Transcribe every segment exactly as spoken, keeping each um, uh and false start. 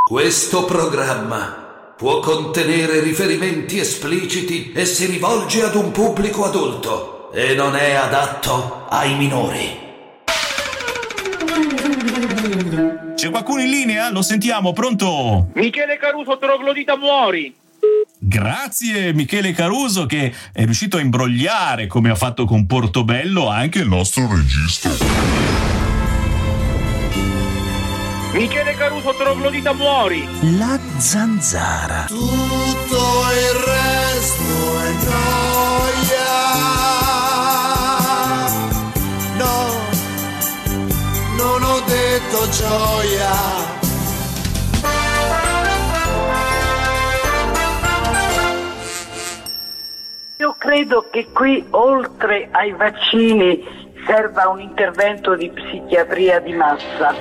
Questo programma può contenere riferimenti espliciti e si rivolge ad un pubblico adulto e non è adatto ai minori. C'è qualcuno in linea? Lo sentiamo, pronto? Michele Caruso, troglodita, muori! Grazie Michele Caruso, che è riuscito a imbrogliare, come ha fatto con Portobello, anche il nostro regista. Michele Caruso, troglodita, muori! La zanzara. Tutto il resto è gioia. No, non ho detto gioia. Io credo che qui, oltre ai vaccini, serva un intervento di psichiatria di massa.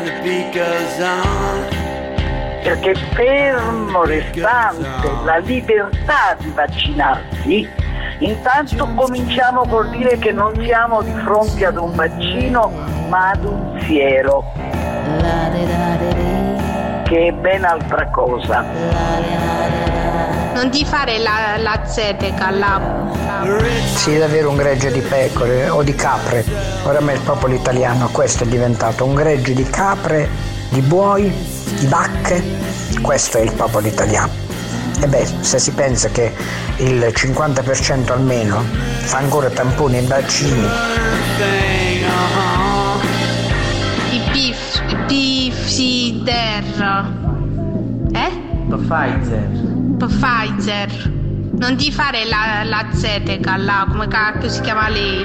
Perché fermo restante la libertà di vaccinarsi, intanto cominciamo col dire che non siamo di fronte ad un vaccino, ma ad un siero, che è ben altra cosa. Non ti fare la, la zeteca, la... Sì, deve avere un gregge di pecore o di capre. Oramai il popolo italiano questo è diventato, un gregge di capre, di buoi, di vacche. Questo è il popolo italiano. E beh, se si pensa che il cinquanta per cento almeno fa ancora tamponi e vaccini. I beef, i beef, sì, terra. Eh? Pfizer. Pfizer. Non ti fare la, la zeteca, là, come cacchio si chiama lei?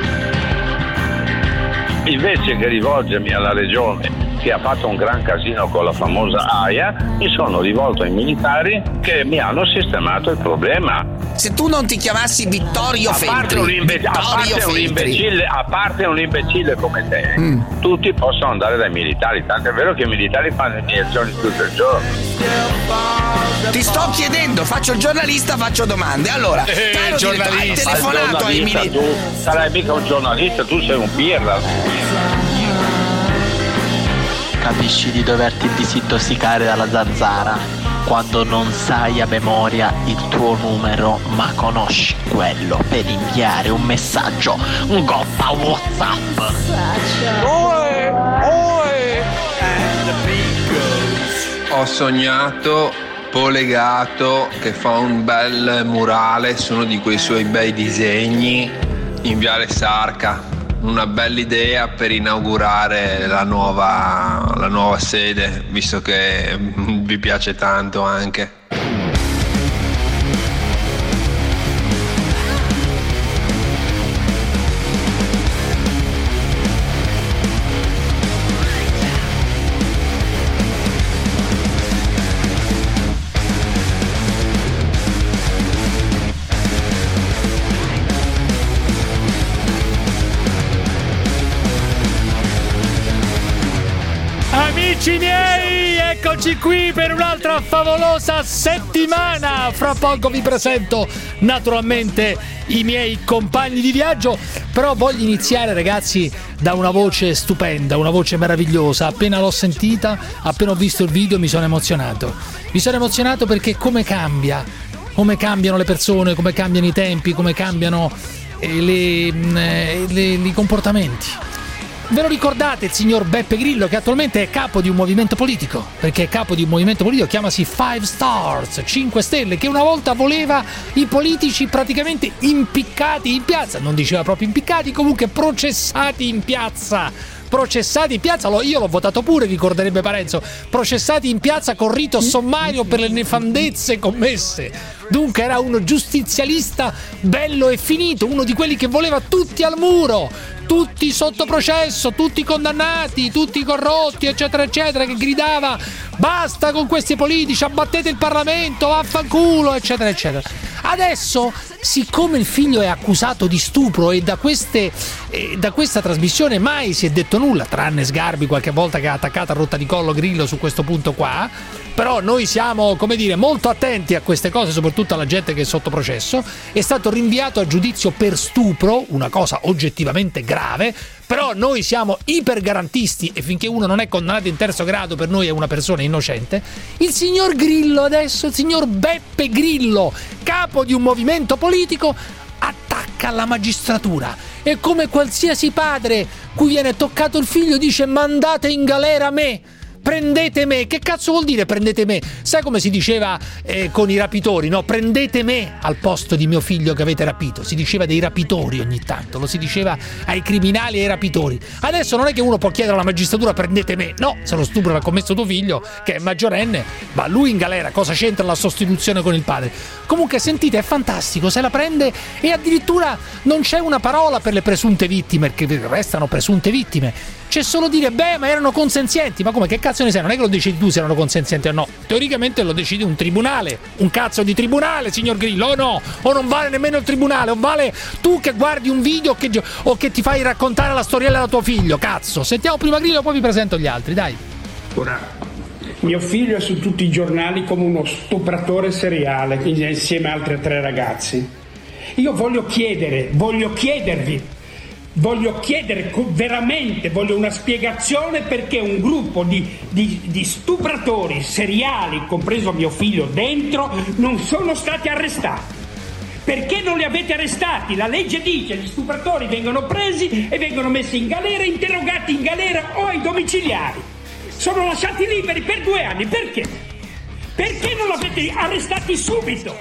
Invece che rivolgermi alla regione che ha fatto un gran casino con la famosa AIA, mi sono rivolto ai militari che mi hanno sistemato il problema. Se tu non ti chiamassi Vittorio a parte Feltri, un, imbe- Vittorio a parte un imbecille, a parte un imbecille come te, mm. tutti possono andare dai militari, tanto è vero che i militari fanno iniezioni tutto il giorno. Ti sto chiedendo, faccio il giornalista, faccio domande. Allora, eh, caro direttore, hai telefonato ai militari? Tu sarai mica un giornalista, tu sei un pirla. Capisci di doverti disintossicare dalla zanzara quando non sai a memoria il tuo numero, ma conosci quello per inviare un messaggio, un gotta WhatsApp. Oi, oi. Ho sognato Polegato che fa un bel murale su uno di quei suoi bei disegni in Viale Sarca. Una bella idea per inaugurare la nuova, la nuova sede, visto che vi piace tanto anche. Amici miei, eccoci qui per un'altra favolosa settimana. Fra poco vi presento naturalmente i miei compagni di viaggio, però voglio iniziare, ragazzi, da una voce stupenda, una voce meravigliosa. Appena l'ho sentita, appena ho visto il video, mi sono emozionato. Mi sono emozionato perché come cambia, come cambiano le persone, come cambiano i tempi, come cambiano eh, le, eh, le, i comportamenti. Ve lo ricordate il signor Beppe Grillo, che attualmente è capo di un movimento politico? Perché è capo di un movimento politico, chiamasi Five Stars, cinque stelle, che una volta voleva i politici praticamente impiccati in piazza. Non diceva proprio impiccati, comunque processati in piazza. Processati in piazza, io l'ho votato pure, ricorderebbe Parenzo. Processati in piazza con rito sommario per le nefandezze commesse. Dunque era uno giustizialista bello e finito, uno di quelli che voleva tutti al muro, tutti sotto processo, tutti condannati, tutti corrotti, eccetera eccetera, che gridava basta con questi politici, abbattete il Parlamento, vaffanculo, eccetera eccetera. Adesso, siccome il figlio è accusato di stupro e da queste eh, da questa trasmissione mai si è detto nulla, tranne Sgarbi qualche volta che ha attaccato a rotta di collo Grillo su questo punto qua, però noi siamo, come dire, molto attenti a queste cose, soprattutto alla gente che è sotto processo. È stato rinviato a giudizio per stupro, una cosa oggettivamente grave, però noi siamo ipergarantisti e finché uno non è condannato in terzo grado per noi è una persona innocente. Il signor Grillo adesso, il signor Beppe Grillo, capo di un movimento politico, attacca la magistratura e come qualsiasi padre cui viene toccato il figlio dice: mandate in galera me, prendete me. Che cazzo vuol dire prendete me? Sai come si diceva eh, con i rapitori, no? Prendete me al posto di mio figlio che avete rapito. Si diceva dei rapitori ogni tanto, lo si diceva ai criminali e ai rapitori. Adesso non è che uno può chiedere alla magistratura prendete me, no, se lo stupro l'ha commesso tuo figlio che è maggiorenne, va lui in galera. Cosa c'entra la sostituzione con il padre? Comunque sentite, è fantastico, se la prende e addirittura non c'è una parola per le presunte vittime, perché restano presunte vittime. C'è solo dire beh ma erano consenzienti. Ma come, che cazzo ne sai? Non è che lo decidi tu se erano consenzienti o no, teoricamente lo decide un tribunale, un cazzo di tribunale, signor Grillo, o no? O non vale nemmeno il tribunale, o vale tu che guardi un video che, o che ti fai raccontare la storiella da tuo figlio, cazzo. Sentiamo prima Grillo poi vi presento gli altri, dai. Ora, mio figlio è su tutti i giornali come uno stupratore seriale insieme a altri tre ragazzi. Io voglio chiedere, voglio chiedervi Voglio chiedere veramente, voglio una spiegazione perché un gruppo di, di, di stupratori seriali, compreso mio figlio dentro, non sono stati arrestati. Perché non li avete arrestati? La legge dice che gli stupratori vengono presi e vengono messi in galera, interrogati in galera o ai domiciliari. Sono lasciati liberi per due anni, perché? Perché non li avete arrestati subito?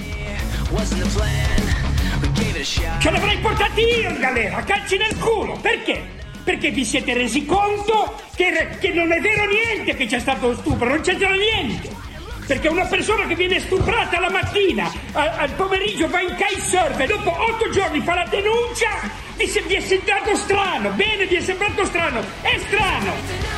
Ce l'avrei portati io in galera, a calci nel culo, perché? Perché vi siete resi conto che, che non è vero niente che c'è stato lo stupro, non c'è niente. Perché una persona che viene stuprata la mattina, al, al pomeriggio va in kitesurf e dopo otto giorni fa la denuncia, vi, se, vi è sembrato strano, bene, vi è sembrato strano, è strano.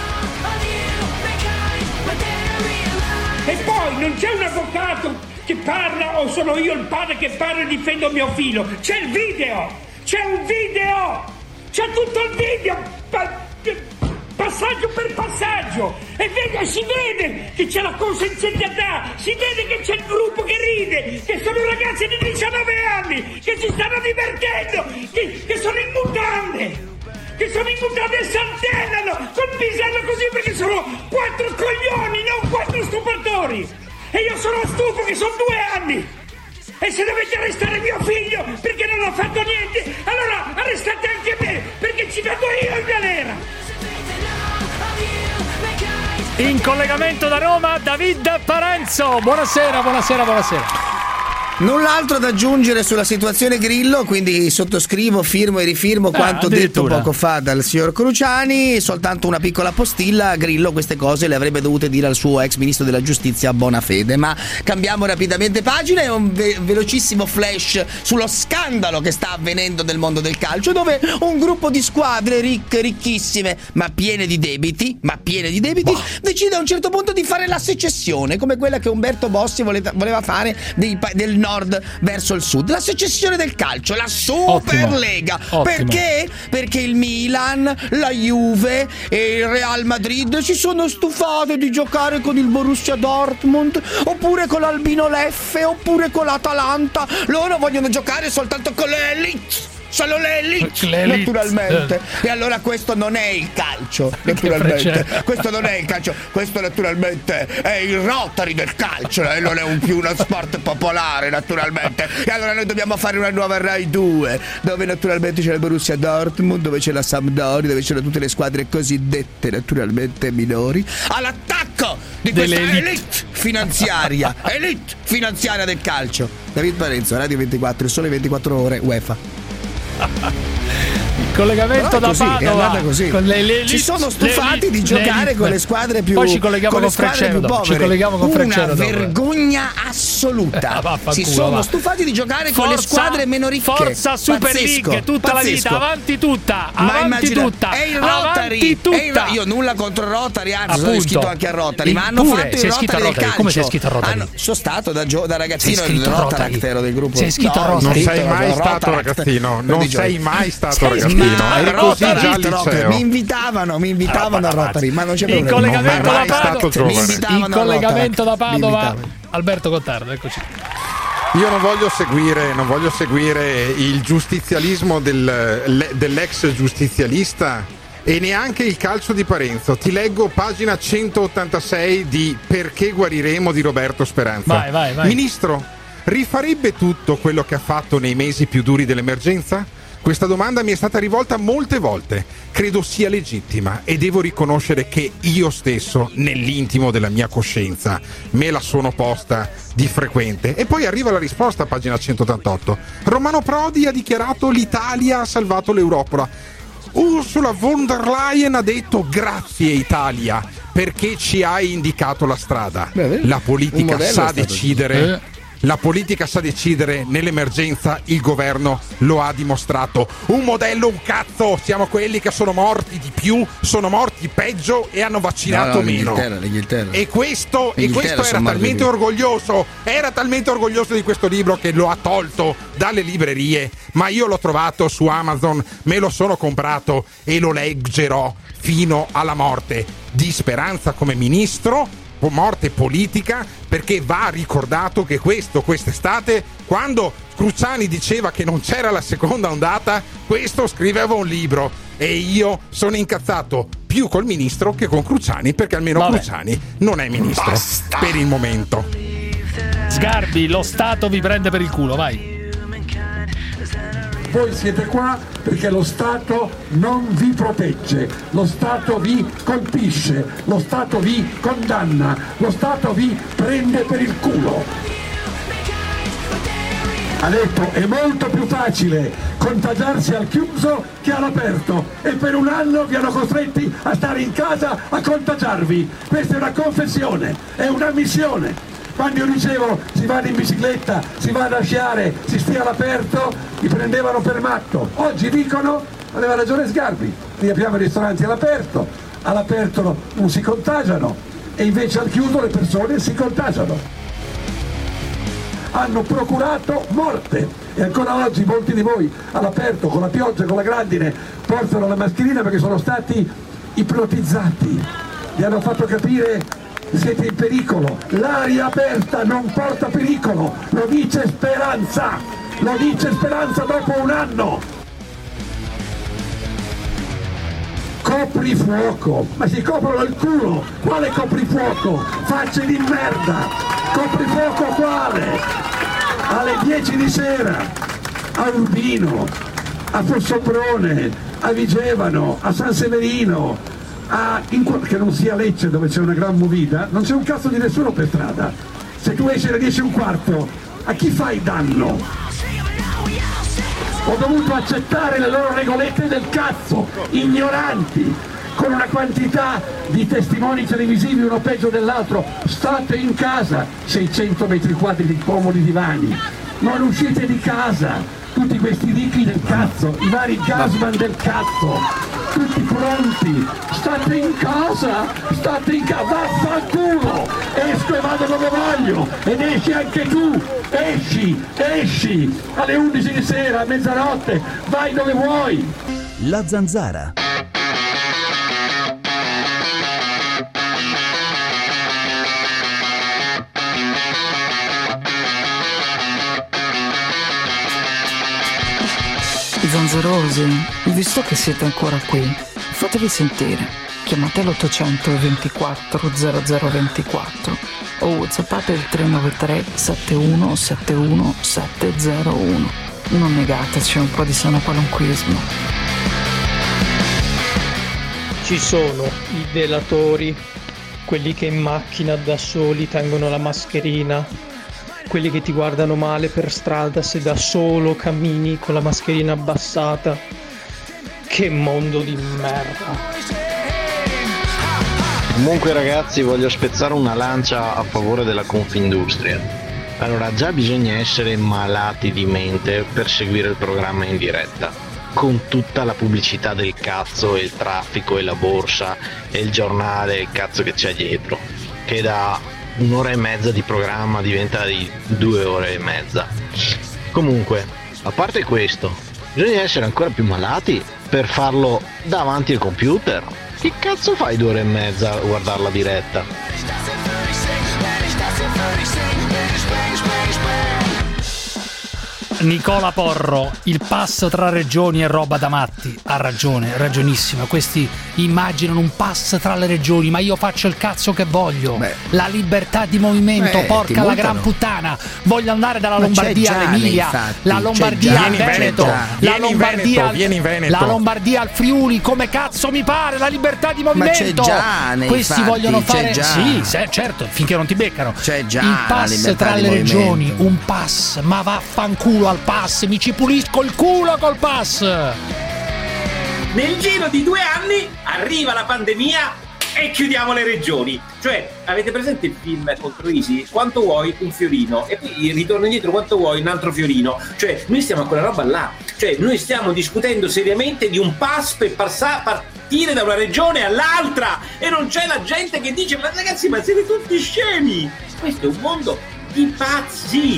E poi non c'è un avvocato che parla o sono io il padre che parla e difendo mio figlio, c'è il video, c'è un video, c'è tutto il video, pa- passaggio per passaggio, e vede, si vede che c'è la consenzientità, si vede che c'è il gruppo che ride, che sono ragazzi di diciannove anni che si stanno divertendo, che, che sono in mutande, che sono in mutande e saltellano col pisello così perché sono quattro coglioni, non quattro stupratori. E io sono stufo che sono due anni. E se dovete arrestare mio figlio perché non ho fatto niente, allora arrestate anche me, perché ci vado io in galera. In collegamento da Roma, David Parenzo. Buonasera, buonasera, buonasera. Null'altro da aggiungere sulla situazione Grillo, quindi sottoscrivo, firmo e rifirmo ah, quanto detto poco fa dal signor Cruciani. Soltanto una piccola postilla: Grillo queste cose le avrebbe dovute dire al suo ex ministro della giustizia Bonafede. Ma cambiamo rapidamente pagina e un ve- velocissimo flash sullo scandalo che sta avvenendo nel mondo del calcio, dove un gruppo di squadre ricche, ricchissime, ma piene di debiti, ma piene di debiti, boh. decide a un certo punto di fare la secessione, come quella che Umberto Bossi voleva, voleva fare dei, del nord verso il sud, la secessione del calcio, la Superlega. Perché? Perché il Milan, la Juve e il Real Madrid si sono stufate di giocare con il Borussia Dortmund, oppure con l'Albino Leffe, oppure con l'Atalanta. Loro vogliono giocare soltanto con le elite. Solo le elite, naturalmente. E allora questo non è il calcio, naturalmente. Questo non è il calcio, questo naturalmente è il Rotary del calcio e non è un più uno sport popolare, naturalmente. E allora noi dobbiamo fare una nuova Rai due, dove naturalmente c'è il Borussia Dortmund, dove c'è la Sampdoria, dove c'erano tutte le squadre cosiddette naturalmente minori, all'attacco di questa elite. elite finanziaria, elite finanziaria del calcio. David Parenzo, Radio ventiquattro, Sole ventiquattro ore, UEFA. Il collegamento da così, Padova così. Con le, le, ci sono stufati le, di giocare le, con le squadre più poi ci colleghiamo con con Freccero, ci colleghiamo con una Freccero vergogna assoluta. Ah, si culo, sono va. stufati di giocare forza, con le squadre meno ricche. Forza Super pazzesco, League tutta pazzesco. la vita, avanti tutta, Ma avanti immagina, tutta, è il Rotary, tutta. È il, io nulla contro il Rotary, anzi Appunto. sono iscritto anche a Rotary, Il ma hanno pure, fatto il sei iscritto Rotary a del Rotary. calcio. Come sei iscritto a Rotary? Hanno, sono stato da, gio- da ragazzino sei del Rotary. Rotaract, ero del gruppo. Sei iscritto a no, Rotary? Non sei mai stato ragazzino, non sei mai stato ragazzino. bambino, eri così già al liceo. Mi invitavano, mi invitavano a Rotary, ma non c'è in collegamento da Padova. In collegamento da Padova, Alberto Gottardo, eccoci. Io non voglio seguire, non voglio seguire il giustizialismo del, dell'ex giustizialista e neanche il calcio di Parenzo. Ti leggo pagina centottantasei di Perché guariremo di Roberto Speranza. Vai, vai, vai. Ministro, rifarebbe tutto quello che ha fatto nei mesi più duri dell'emergenza? Questa domanda mi è stata rivolta molte volte. Credo sia legittima e devo riconoscere che io stesso, nell'intimo della mia coscienza, me la sono posta di frequente. E poi arriva la risposta a pagina centottantotto. Romano Prodi ha dichiarato: l'Italia ha salvato l'Europa. Ursula von der Leyen ha detto: grazie Italia, perché ci hai indicato la strada. Beh, la politica sa decidere. Eh. La politica sa decidere, nell'emergenza il governo lo ha dimostrato. Un modello, un cazzo, siamo quelli che sono morti di più, sono morti peggio e hanno vaccinato no, no, meno. L'Inghilterra, l'Inghilterra. E questo, e questo era talmente orgoglioso, era talmente orgoglioso di questo libro che lo ha tolto dalle librerie, ma io l'ho trovato su Amazon, me lo sono comprato e lo leggerò fino alla morte. Di Speranza come ministro, morte politica, perché va ricordato che questo quest'estate, quando Cruciani diceva che non c'era la seconda ondata, questo scriveva un libro e io sono incazzato più col ministro che con Cruciani, perché almeno Vabbè. Cruciani non è ministro. Basta. Per il momento. Sgarbi, lo Stato vi prende per il culo, vai. Voi siete qua perché lo Stato non vi protegge, lo Stato vi colpisce, lo Stato vi condanna, lo Stato vi prende per il culo. Ha detto: è molto più facile contagiarsi al chiuso che all'aperto e per un anno vi hanno costretti a stare in casa a contagiarvi. Questa è una confessione, è una missione. Quando io dicevo si vada in bicicletta, si vada a sciare, si stia all'aperto, mi prendevano per matto. Oggi dicono, aveva ragione Sgarbi, riapriamo i ristoranti all'aperto, all'aperto non si contagiano e invece al chiuso le persone si contagiano. Hanno procurato morte e ancora oggi molti di voi all'aperto, con la pioggia, con la grandine, portano la mascherina perché sono stati ipnotizzati, gli hanno fatto capire: siete in pericolo, l'aria aperta non porta pericolo, lo dice Speranza, lo dice Speranza dopo un anno. Coprifuoco, ma si coprono il culo, quale coprifuoco? Facce di merda, coprifuoco quale? Alle dieci di sera, a Urbino, a Fossombrone, a Vigevano, a San Severino, Ah, in, che non sia Lecce dove c'è una gran movida, non c'è un cazzo di nessuno per strada. Se tu esci alle dieci e un quarto, a chi fai danno? Ho dovuto accettare le loro regolette del cazzo, ignoranti, con una quantità di testimoni televisivi uno peggio dell'altro. State in casa, seicento metri quadri di comodi divani, non uscite di casa. Tutti questi ricchi del cazzo, i vari gasman del cazzo, tutti pronti, state in casa, state in casa, vaffanculo, esco e vado dove voglio, ed esci anche tu, esci, esci, alle undici di sera, a mezzanotte, vai dove vuoi. La Zanzara. Zanzarosi, visto che siete ancora qui, fatevi sentire. Chiamate l'ottocento ventiquattro zero zero ventiquattro o whatsappate il tre nove tre sette uno sette uno sette zero uno. Non negateci un po' di sano qualunquismo. Ci sono i delatori, quelli che in macchina da soli tengono la mascherina, quelli che ti guardano male per strada se da solo cammini con la mascherina abbassata. Che mondo di merda. Comunque ragazzi, voglio spezzare una lancia a favore della Confindustria. Allora, già bisogna essere malati di mente per seguire il programma in diretta, con tutta la pubblicità del cazzo e il traffico e la borsa e il giornale e il cazzo che c'è dietro, che da un'ora e mezza di programma diventa di due ore e mezza. Comunque, a parte questo, bisogna essere ancora più malati per farlo davanti al computer. Che cazzo fai due ore e mezza a guardare la diretta? Nicola Porro, il pass tra regioni è roba da matti. Ha ragione, ragionissima. Questi immaginano un pass tra le regioni, ma io faccio il cazzo che voglio. Beh. La libertà di movimento, Beh, porca la gran puttana. Voglio andare dalla ma Lombardia all'Emilia, la Lombardia al Veneto, la Lombardia al, la Lombardia al Friuli, come cazzo mi pare, la libertà di movimento. Ma c'è già nei Questi fatti, vogliono fare già. Sì, se, certo, finché non ti beccano. C'è già il pass tra le regioni, movimento. un pass, ma vaffanculo al pass, mi ci pulisco il culo col pass. Nel giro di due anni arriva la pandemia e chiudiamo le regioni. Cioè, avete presente il film contro Isi? Quanto vuoi un fiorino e poi ritorno indietro, quanto vuoi un altro fiorino. Cioè, noi stiamo a quella roba là. Cioè, noi stiamo discutendo seriamente di un pass per passa- partire da una regione all'altra e non c'è la gente che dice: ma ragazzi, ma siete tutti scemi. Questo è un mondo di pazzi.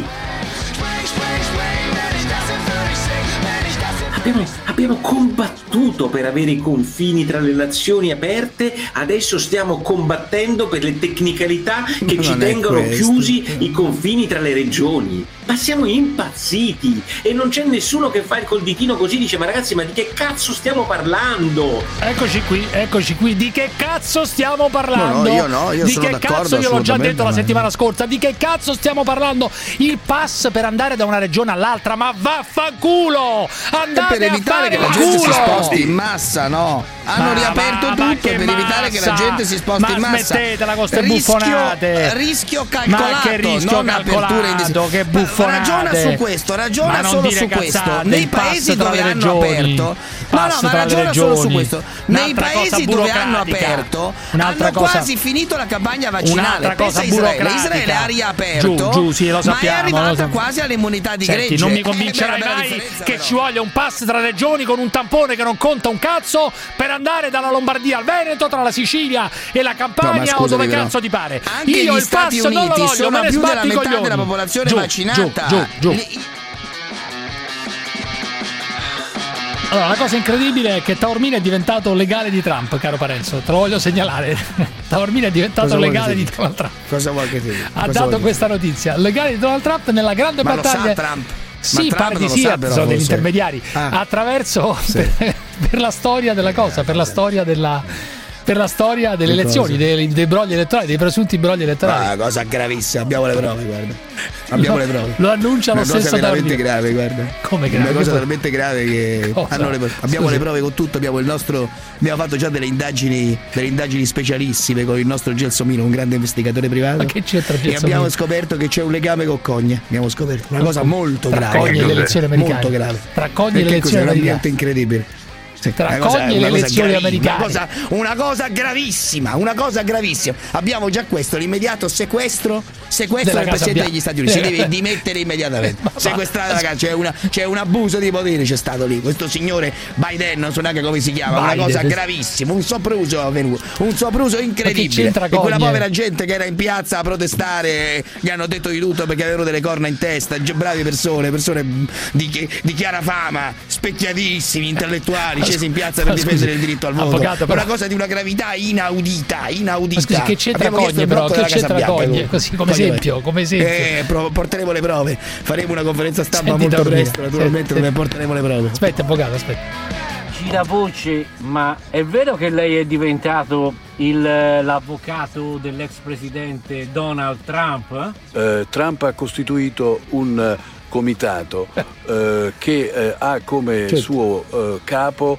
Abbiamo, abbiamo combattuto per avere i confini tra le nazioni aperte, adesso stiamo combattendo per le tecnicalità che Non ci è tengono questo. chiusi i confini tra le regioni. Ma siamo impazziti e non c'è nessuno che fa il col ditino così, dice: ma ragazzi, ma di che cazzo stiamo parlando? Eccoci qui, eccoci qui. Di che cazzo stiamo parlando? No, no, io no, io di sono che d'accordo, cazzo, io l'ho già assolutamente, detto la ma- settimana scorsa. Di che cazzo stiamo parlando? Il pass per andare da una regione all'altra, ma vaffanculo! Andate per evitare a che fare la il gente si culo! sposti in massa, no? Hanno Ma riaperto va, ma tutto che per evitare che la massa? gente si sposti Ma in massa. smettetela con ste rischio, buffonate. rischio calcolato, Ma che rischio non calcolato, apertura indis- che Ma buffonate. ragiona su questo, ragiona Ma non solo dire su questo. cazzate, Nei il pass paesi tra dove le hanno regioni, aperto, no, pass no, ma tra le ragiona solo su regioni. questo. Nei Un'altra cosa paesi dove hanno burocratica. aperto Un'altra hanno cosa- quasi finito la campagna vaccinale. Un'altra cosa Pensa a Israele, burocratica. Israele ha riaperto, Giù, giù, sì, lo sappiamo, ma è lo arrivata sappiamo. quasi all'immunità di Senti, gregge. non mi Eh, convincerai beh, bella mai differenza, che però. ci voglia un pass tra regioni con un tampone che non conta un cazzo per andare dalla Lombardia al Veneto, tra la Sicilia e la No, Campania ma o scusami, dove però. cazzo ti pare. Anche Io gli il Stati pass non lo Uniti voglio, sono me ne più della sbatto i metà coglioni. della popolazione Giù, vaccinata. Giù, giù, giù. Li- Allora, la cosa incredibile è che Taormina è diventato legale di Trump, caro Parenzo. Te lo voglio segnalare. Taormina è diventato Cosa vuoi legale che di ti dica? Donald Trump. Cosa vuoi che ti dica? Ha Cosa dato vuoi che questa notizia. Legale di Donald Trump nella grande Ma lo battaglia. sa Trump? Sì, Ma Trump pare non di lo sì, sa, sono però, degli forse. intermediari. Ah. Attraverso Sì. per, per la storia della cosa, per la storia della per la storia delle Che elezioni, cosa? dei, dei brogli elettorali, dei presunti brogli elettorali. Ah, cosa gravissima, abbiamo le prove, guarda. Abbiamo Lo- le prove. lo annuncia lo Una cosa stesso veramente Taormina. grave, guarda. Come grave? Una cosa Che- talmente grave che Cosa? hanno le prove. Abbiamo Scusi. le prove con tutto, abbiamo il nostro. Abbiamo fatto già delle indagini, delle indagini specialissime con il nostro Gelsomino, un grande investigatore privato. Ma che c'entra E Gelsomino? abbiamo scoperto che c'è un legame con Cogne. Abbiamo scoperto una cosa molto Tra grave. Cogne e le elezioni americane. Molto grave. Tra Cogne e le Perché elezioni cos'è? Un americane. ambiente incredibile. Sì, Tra una cosa- Cogne e una le cosa elezioni gravi- americane. Una cosa, una cosa gravissima, una cosa gravissima. Abbiamo già questo, l'immediato sequestro, sequestro Della del Casa Presidente Bianca. degli Stati Uniti. Si deve dimettere immediatamente. Ma va. Sequestrata la casa, c'è, una- c'è un abuso di potere, c'è stato lì. Questo signore Biden, non so neanche come si chiama, una Biden. cosa gravissima, un sopruso è avvenuto, un sopruso incredibile. c'entra E quella Cogne? povera gente che era in piazza a protestare, gli hanno detto di tutto perché avevano delle corna in testa, gi- bravi persone, persone di, chi- di chiara fama, specchiatissimi, intellettuali, Ma scesi in scusi, piazza per ma difendere scusi, il diritto al voto. avvocato, però- Una cosa di una gravità inaudita, inaudita. Ma scusi, che c'entra Abbiamo chiesto Cogne il però? blocco Che della Casa c'entra Bianca, Cogne? comunque. Così come Cogne- esempio, come esempio. Eh, pro- porteremo le prove, faremo una conferenza stampa Senti, molto Taormina, presto, naturalmente, senti, dove porteremo le prove. Aspetta, avvocato, aspetta. Girapucci, ma è vero che lei è diventato il, l'avvocato dell'ex presidente Donald Trump? Eh, Trump ha costituito un eh, comitato eh, che eh, ha come Certo. suo eh, capo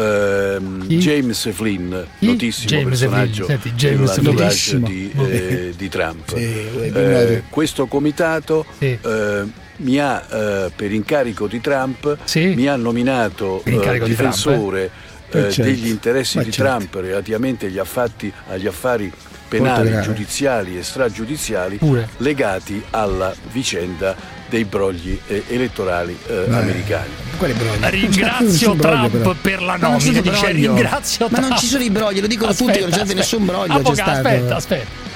ehm, Chi? James Flynn, Chi? notissimo James personaggio Flynn, senti, James dell'entourage Flynn. di, eh, di Trump. Sì, Eh, eh, questo comitato Sì. eh, mi ha eh, per incarico di Trump Sì. mi ha nominato Per eh, incarico di Trump, difensore eh? eh, Eh, certo. degli interessi Ma di certo. Trump relativamente agli, affatti, agli affari penali, grave. giudiziali e stragiudiziali Pure. legati alla vicenda dei brogli eh, elettorali eh, Eh. americani. Quale brogli? Ringrazio Non ci sono brogli, Trump però. per la Ma non ci nomina, sono dice brogli. ringrazio Ma Trump. non ci sono i brogli, lo dicono tutti, che non c'è Aspetta, nessun broglio, c'è avvocato, stato. aspetta, aspetta.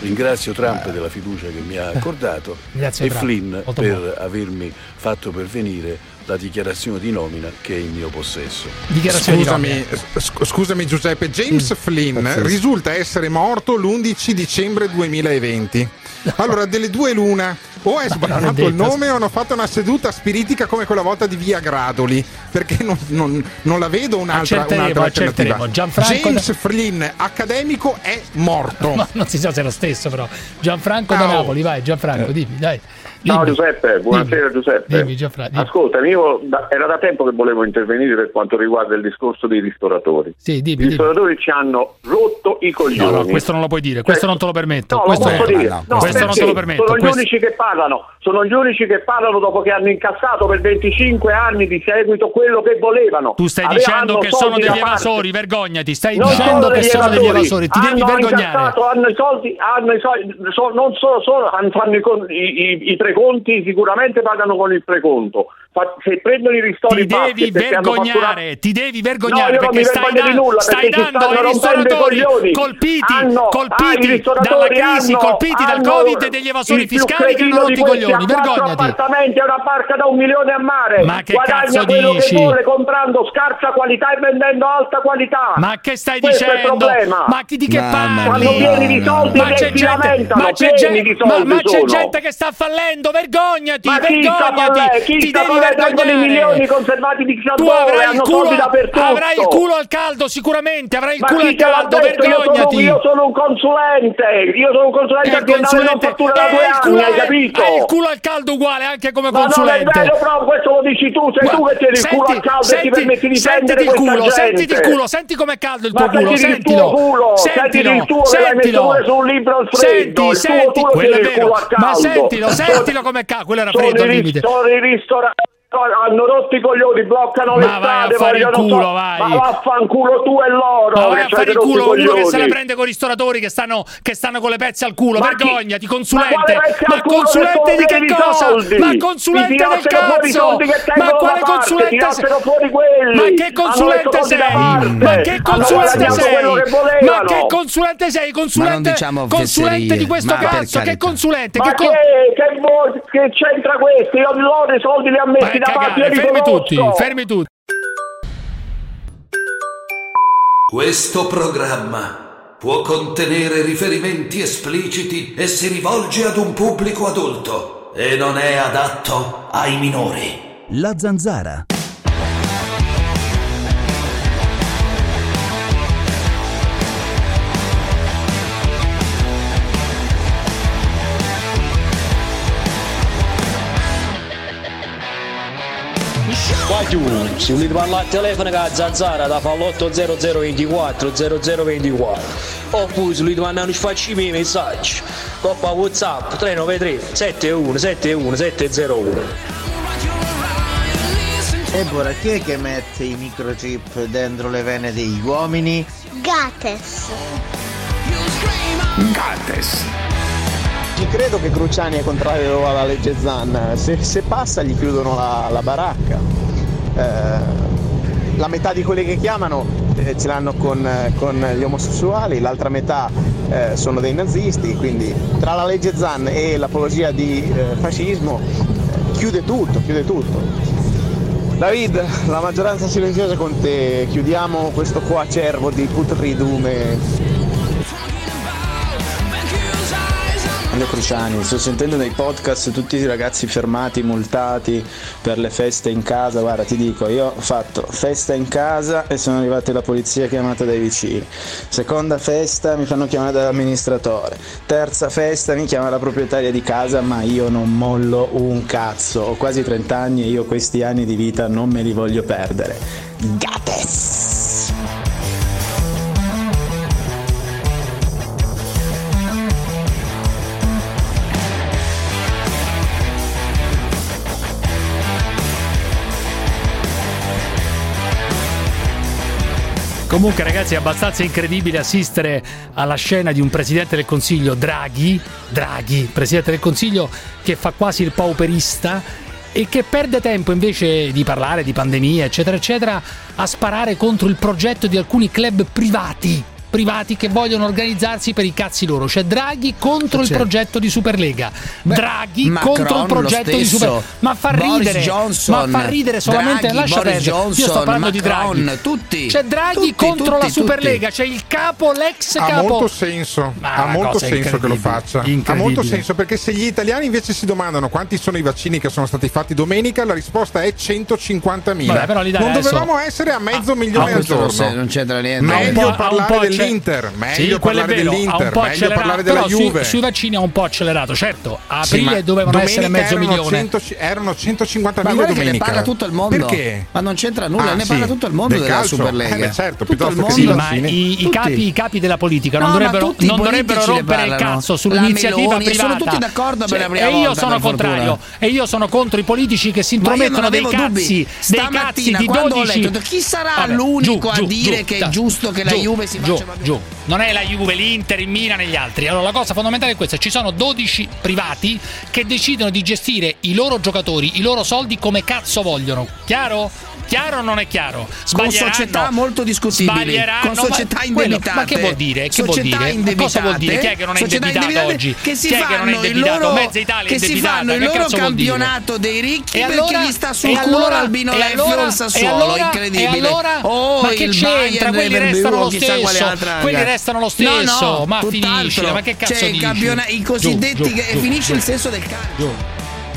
ringrazio Trump della fiducia che mi ha accordato Grazie e Trump. Flynn Molto per buono. avermi fatto pervenire la dichiarazione di nomina che è in mio possesso. Scusami, sc- scusami Giuseppe, James Flynn pazzesco. risulta essere morto l'undici dicembre duemilaventi. Allora, delle due l'una, o è sbagliato il nome o hanno fatto una seduta spiritica come quella volta di Via Gradoli, perché non, non, non la vedo un'altra, Accerteremo, un'altra alternativa. accerteremo. Gianfranco James da- Flynn, accademico, è morto. Ma non si sa se è lo stesso, però. Gianfranco da Ciao. Napoli, vai Gianfranco, dimmi, dai. Ciao Dimmi. Giuseppe, buonasera Dimmi. Giuseppe. Dimmi, Gianfranco, dimmi. Ascolta, io da- era da tempo che volevo intervenire per quanto riguarda il discorso dei ristoratori. Sì, dimmi, I dimmi. ristoratori ci hanno rotto i coglioni. No, no, questo non lo puoi dire, questo non te lo permetto. No, questo lo posso è- dire. no, No, questo non te perché lo permetto. Sono gli questo- unici che parlano, sono gli unici che parlano dopo che hanno incassato per venticinque anni di seguito quello che volevano. Tu stai Avevano dicendo che sono soldi da degli parte. evasori, vergognati, stai Non dicendo che sono degli evasori, ti devi hanno vergognare. incassato, hanno i soldi, hanno i soldi, so- non solo, solo hanno- fanno i, con- i, i, i preconti, sicuramente pagano con il preconto. Fa- se prendono i ristori Ti devi bassi perché hanno vergognare, fatturato- ti devi No, vergognare io non perché mi stai, vergogno di da- nulla, stai perché ci dando stanno ai rompendo i ristoratori coglioni. colpiti, Hanno- ah, i colpiti ristoratori dalla crisi, hanno- colpiti dal hanno Covid e degli evasori il più fiscali che hanno cretino rotto di i questi, coglioni, ha quattro vergognati. appartamenti e una barca da un milione a mare. Ma che Guadagna cazzo quello dici? che vuole comprando scarsa qualità e vendendo alta qualità. Ma che stai Questo è il dicendo? problema. Ma chi di che parli? Quando pieni di soldi Ma che c'è si gente, lamentano, ma c'è pieni gente, di ma, soldi ma c'è sono. gente che sta fallendo, vergognati, Ma chi sta vergognati, fallendo? Chi ti sta devi fallendo? Tengono i milioni vergognare. conservati di chissà Tu dove, avrai il hanno culo, soldi dappertutto. avrai il culo al caldo sicuramente, avrai il Ma culo chi al te l'ha caldo, detto? Io sono, vergognati. io sono un consulente, io sono un consulente Eh, aziendale, non consulente, fattura da eh, due il anni, culo hai è- capito? hai il culo al caldo uguale anche come Ma non è consulente. vero, però questo lo dici tu, sei tu che tieni il culo al caldo e ti permetti di sentiti difendere il questa culo, gente. sentiti il culo, senti com'è caldo il Ma tuo culo, sentiti il sentilo. tuo culo, Sentilo, sentiti il tuo che l'hai messo sentilo. pure su un libro al freddo, il Senti, tuo, tu senti, lo quello è tieni il vero. culo al Ma caldo. sentilo, Sono- sentilo com'è caldo, quello era sono freddo al i ris- limite. Sono i ristoranti. Hanno rotto i coglioni, bloccano le Ma vai a strade, fare il vogliono culo, so- vai. Ma vaffanculo tu e loro. Ma vai che a fare avete il rotto i culo uno che coglioni. se la prende con i ristoratori che stanno, che stanno con le pezze al culo. Ma chi- Vergognati, Ma consulente. quale pezzi Ma al culo consulente che di che sono pieni di cosa? soldi? Ma consulente Ti del tirassero fuori i cazzo. soldi che Ma tengono quale da parte, consulente tirassero sei? fuori quelli. Ma che Hanno consulente messo soldi da sei? parte. Ma che Hanno consulente guadagnato sei? quello che Ma volevano. che consulente sei? Consulente, diciamo consulente fesserie, di questo ma per cazzo? Che carità. consulente? Ma Che che, co- che, vuoi- che c'entra questo? Io loro i soldi li ha messi Vai a da parte, cagare, io li fermi conosco. tutti, fermi tutti. Questo programma può contenere riferimenti espliciti e si rivolge ad un pubblico adulto e non è adatto ai minori. La Zanzara. Qua giù, se volete parlare al telefono con la Zanzara da fa l'otto zero zero ventiquattro zero zero ventiquattro oppure se volete mandare un sfacci i messaggi coppa WhatsApp tre nove tre sette uno sette uno sette zero uno. Ebora, chi è che mette i microchip dentro le vene degli uomini? Gates. Gates. Ci credo che Cruciani è contrario alla legge Zan, se, se passa gli chiudono la, la baracca. Eh, la metà di quelli che chiamano eh, ce l'hanno con, eh, con gli omosessuali, l'altra metà eh, sono dei nazisti, quindi tra la legge Zan e l'apologia di eh, fascismo eh, chiude tutto, chiude tutto. David, la maggioranza silenziosa con te, chiudiamo questo coacervo di putridume. Mario Cruciani, sto sentendo nei podcast tutti i ragazzi fermati, multati per le feste in casa. Guarda, ti dico, io ho fatto festa in casa e sono arrivata la polizia chiamata dai vicini. Seconda festa mi fanno chiamare dall'amministratore. Terza festa mi chiama la proprietaria di casa, ma io non mollo un cazzo. Ho quasi trenta anni e io questi anni di vita non me li voglio perdere. Gates! Comunque ragazzi è abbastanza incredibile assistere alla scena di un Presidente del Consiglio, Draghi, Draghi, Presidente del Consiglio che fa quasi il pauperista e che perde tempo invece di parlare di pandemia eccetera eccetera a sparare contro il progetto di alcuni club privati, privati che vogliono organizzarsi per i cazzi loro. C'è Draghi contro il progetto di Superlega. Beh, Draghi Macron, contro il progetto di Superlega. Ma fa Boris ridere, Johnson, ma fa ridere solamente. Draghi, lascia Boris perdere. Johnson, Io sto parlando Macron, di Draghi. Tutti. C'è Draghi tutti, contro tutti, la Superlega. tutti. C'è il capo, l'ex Ha capo. molto senso, Ma ha una molto cosa senso che lo faccia. Ha incredibile. molto senso, perché se gli italiani invece si domandano quanti sono i vaccini che sono stati fatti domenica, la risposta è centocinquantamila. Vabbè, però l'Italia non adesso- dovevamo essere a mezzo Ah, milione ah, al giorno. Se non c'entra niente. Meglio Ha un po'- parlare ha un po' dell'Inter, acce- meglio sì, quello è parlare vero, ha un dell'Inter, po' meglio accelerato, parlare della però sui- Juve. Sui vaccini ha un po' accelerato, certo. A Sì, aprile ma dovevano essere domenica mezzo erano milione. cento erano Ma centocinquantamila guarda che ne domenica. parla tutto il mondo. Perché? Ma non c'entra nulla, Ah, ne sì. parla tutto il mondo Del della calcio? Superlega. Eh, beh, certo, Tutto il piuttosto che mondo. sì, Sì, ma i, i Tutti. capi, i capi della politica non No, ma dovrebbero, tutti i non dovrebbero politici ne rompere il parlano. cazzo La sull'iniziativa Meloni, e privata. sono tutti d'accordo per la prima e io volta, sono per contrario. fortuna. E io sono contro i politici che si Ma io non intromettono dei avevo cazzi, dubbi. dei cazzi Stamattina, di quando ho dodici. letto, ho detto, chi sarà Vabbè, l'unico giù, a giù, dire giù, che è da- giusto che la giù, Juve si giù, faccia giù. Non è la Juve, l'Inter, il Milan e gli altri. Allora la cosa fondamentale è questa: ci sono dodici privati che decidono di gestire i loro giocatori, i loro soldi come cazzo vogliono. Chiaro? Chiaro o non è chiaro? Con società molto discutibili, Sbaglieranno, con società ma, quello- indebitate. ma che vuol dire? Che vuol Società dire? indebitate, Cosa vuol dire? Chi è che non è società indebitato indebitate oggi? che si Chi è che non è fanno il indebitato? loro- Mezza Italia è che si indebitata. fanno il Che loro cazzo vuol dire? campionato dei ricchi E perché allora- gli sta sul e culo allora- Albino e Leffio allora- il Sassuolo, e allora- incredibile. e allora? Oh, Ma che il c'entra? Bayern Quelli Leverkusen, restano lo chissà quale stesso. altra, Quelli raga. restano lo No, stesso. no, Ma tutt'altro. finiscila, ma che cazzo C'è i dici? campiona- i Giù, cosiddetti giù, che giù, finisce giù. il senso del calcio.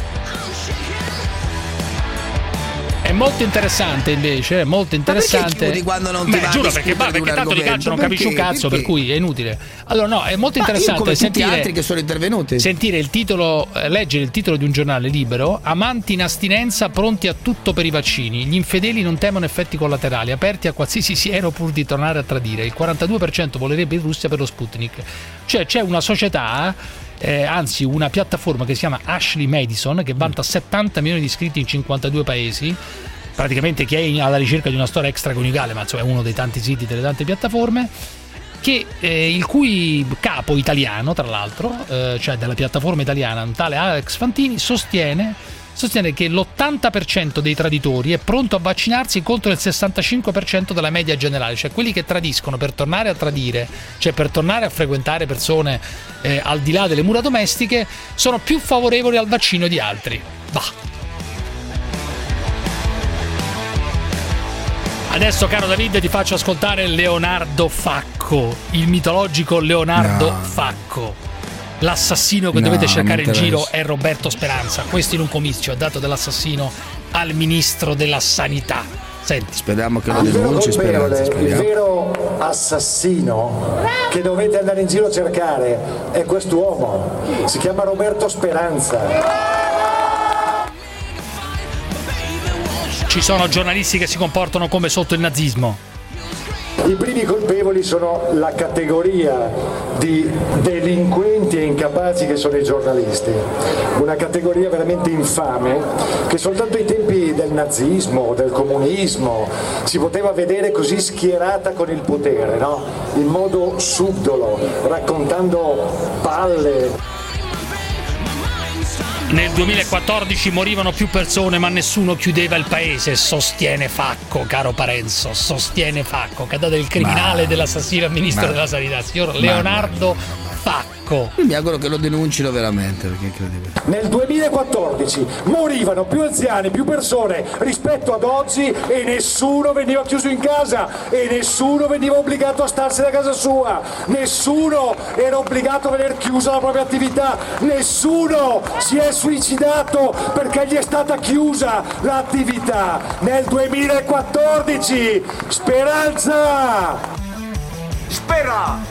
È molto interessante invece, è molto interessante. chiudi quando non ti Beh, va a giuro perché, discutere va, di perché un tanto di argomento? calcio non capisci un Perché? cazzo, Perché? per cui è inutile. Allora no, è molto Ma io interessante come tutti sentire altri che sono intervenuti. Sentire il titolo, eh, leggere il titolo di un giornale libero: amanti in astinenza pronti a tutto per i vaccini. Gli infedeli non temono effetti collaterali, aperti a qualsiasi siero pur di tornare a tradire. Il quarantadue per cento volerebbe in Russia per lo Sputnik. Cioè c'è una società, eh, anzi una piattaforma che si chiama Ashley Madison, che vanta settanta milioni di iscritti in cinquantadue paesi. Praticamente chi è in- alla ricerca di una storia extraconiugale, ma insomma è uno dei tanti siti, delle tante piattaforme, che, eh, il cui capo italiano, tra l'altro, eh, cioè della piattaforma italiana, un tale Alex Fantini, sostiene, sostiene che l'ottanta per cento dei traditori è pronto a vaccinarsi contro il sessantacinque per cento della media generale, cioè quelli che tradiscono per tornare a tradire, cioè per tornare a frequentare persone eh, al di là delle mura domestiche, sono più favorevoli al vaccino di altri. Bah. Adesso, caro David, ti faccio ascoltare Leonardo Facco, il mitologico Leonardo No. Facco. L'assassino che No, dovete cercare in non giro interessa. è Roberto Speranza. Questo in un comizio ha dato dell'assassino al ministro della sanità. Senti. Speriamo che lo Il vero denunci, Speranza. colpevole, il Speriamo. vero assassino che dovete andare in giro a cercare è quest'uomo. Si chiama Roberto Speranza. Ci sono giornalisti che si comportano come sotto il nazismo. I primi colpevoli sono la categoria di delinquenti e incapaci che sono i giornalisti, una categoria veramente infame che soltanto ai tempi del nazismo, del comunismo si poteva vedere così schierata con il potere, no? In modo subdolo, raccontando palle. Nel duemilaquattordici morivano più persone ma nessuno chiudeva il paese, sostiene Facco, caro Parenzo, sostiene Facco, che ha dato il criminale Ma- dell'assassino al ministro ma- della sanità, signor ma- Leonardo Facco. Io mi auguro che lo denuncino veramente, perché è incredibile. Nel duemilaquattordici morivano più anziani, più persone rispetto ad oggi e nessuno veniva chiuso in casa e nessuno veniva obbligato a starsene a casa sua, nessuno era obbligato a vedere chiusa la propria attività, nessuno si è suicidato perché gli è stata chiusa l'attività. Nel duemilaquattordici Speranza! Spera!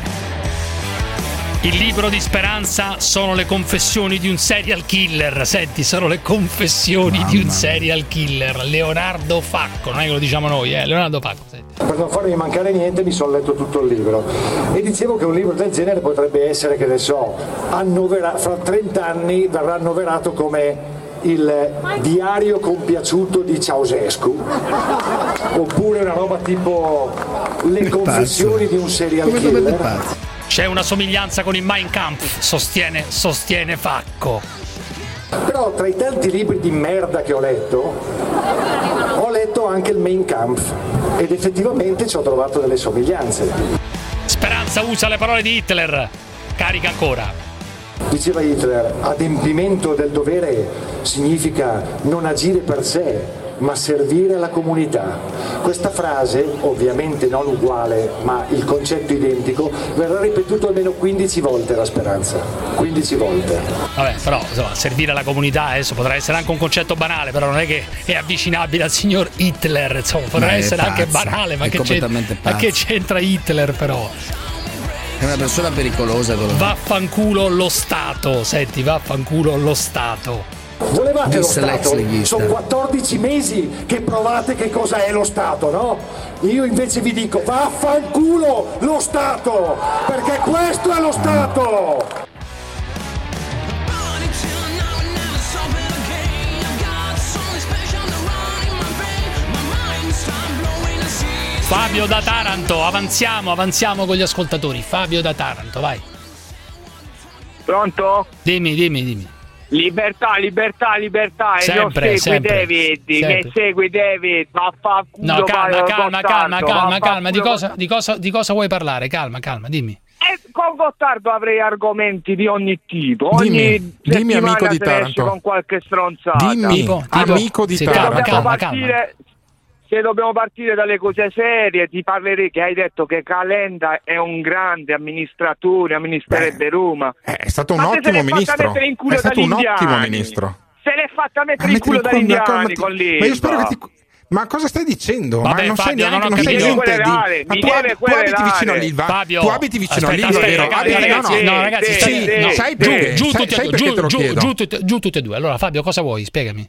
Il libro di Speranza sono le confessioni di un serial killer. Senti, sono le confessioni Mamma di un mia. serial killer. Leonardo Facco, non è che lo diciamo noi, eh. Leonardo Facco. Senti. Per non farmi mancare niente mi sono letto tutto il libro e dicevo che un libro del genere potrebbe essere, che ne so, annovera- fra trenta anni verrà annoverato come il diario compiaciuto di Ceausescu, oppure una roba tipo le confessioni di un serial killer. C'è una somiglianza con il Mein Kampf, sostiene, sostiene Facco. Però tra i tanti libri di merda che ho letto, ho letto anche il Mein Kampf ed effettivamente ci ho trovato delle somiglianze. Lanza usa le parole di Hitler. Carica ancora. Diceva Hitler, adempimento del dovere significa non agire per sé, ma servire la comunità. Questa frase, ovviamente non uguale, ma il concetto identico, verrà ripetuto almeno quindici volte la Speranza. quindici volte. Vabbè, però insomma, servire la comunità adesso potrà essere anche un concetto banale, però non è che è avvicinabile al signor Hitler, insomma, potrà essere anche banale, ma che, c'entra, ma che c'entra Hitler però? È una persona pericolosa. Vaffanculo lo Stato, senti, vaffanculo lo Stato. Volevate lo Stato? Sono quattordici mesi che provate che cosa è lo Stato, no? Io invece vi dico vaffanculo lo Stato, perché questo è lo Stato! Fabio da Taranto, avanziamo, avanziamo con gli ascoltatori. Fabio da Taranto, vai. Pronto? Dimmi, dimmi, dimmi. Libertà, libertà, libertà. Sempre, e non segui sempre, David, sempre. che segui David, vaffanculo. No, calma, calma, calma, calma, calma. Di Gottardo. cosa, di, cosa, di cosa vuoi parlare? Calma, calma, dimmi. E con Gottardo avrei argomenti di ogni tipo. Ogni Dimmi, dimmi, amico di se ne esce Taranto. con qualche stronzata. Dimmi, tipo, amico di se Taranto. Dobbiamo Calma, partire, se dobbiamo partire dalle cose serie, ti parlerei che hai detto che Calenda è un grande amministratore, amministrerebbe Roma. È stato un Ma se ottimo se l'è fatta ministro. mettere in culo È stato un dagli ottimo indiani. ministro. Se l'è fatta mettere Ah, in culo mettili dagli con- indiani con- con l'Ilva. Ma io spero che ti. Ma cosa stai dicendo? Vabbè, ma non sai Fabio, neanche, non ho non sai capito. niente di. Querelare, Ma mi tu, deve tu abiti querelare. vicino all'Ilva? Fabio, tu abiti vicino aspetta, all'Ilva, aspetta, vero? ragazzi, Abiti- ragazzi, no, no, ragazzi, sì, stai- sì, no. sai giù, perché? giù Sai- tutti e sai due, perché giù, te lo giù, chiedo? giù tutti- giù tutti e due. Allora, Fabio, cosa vuoi? Spiegami.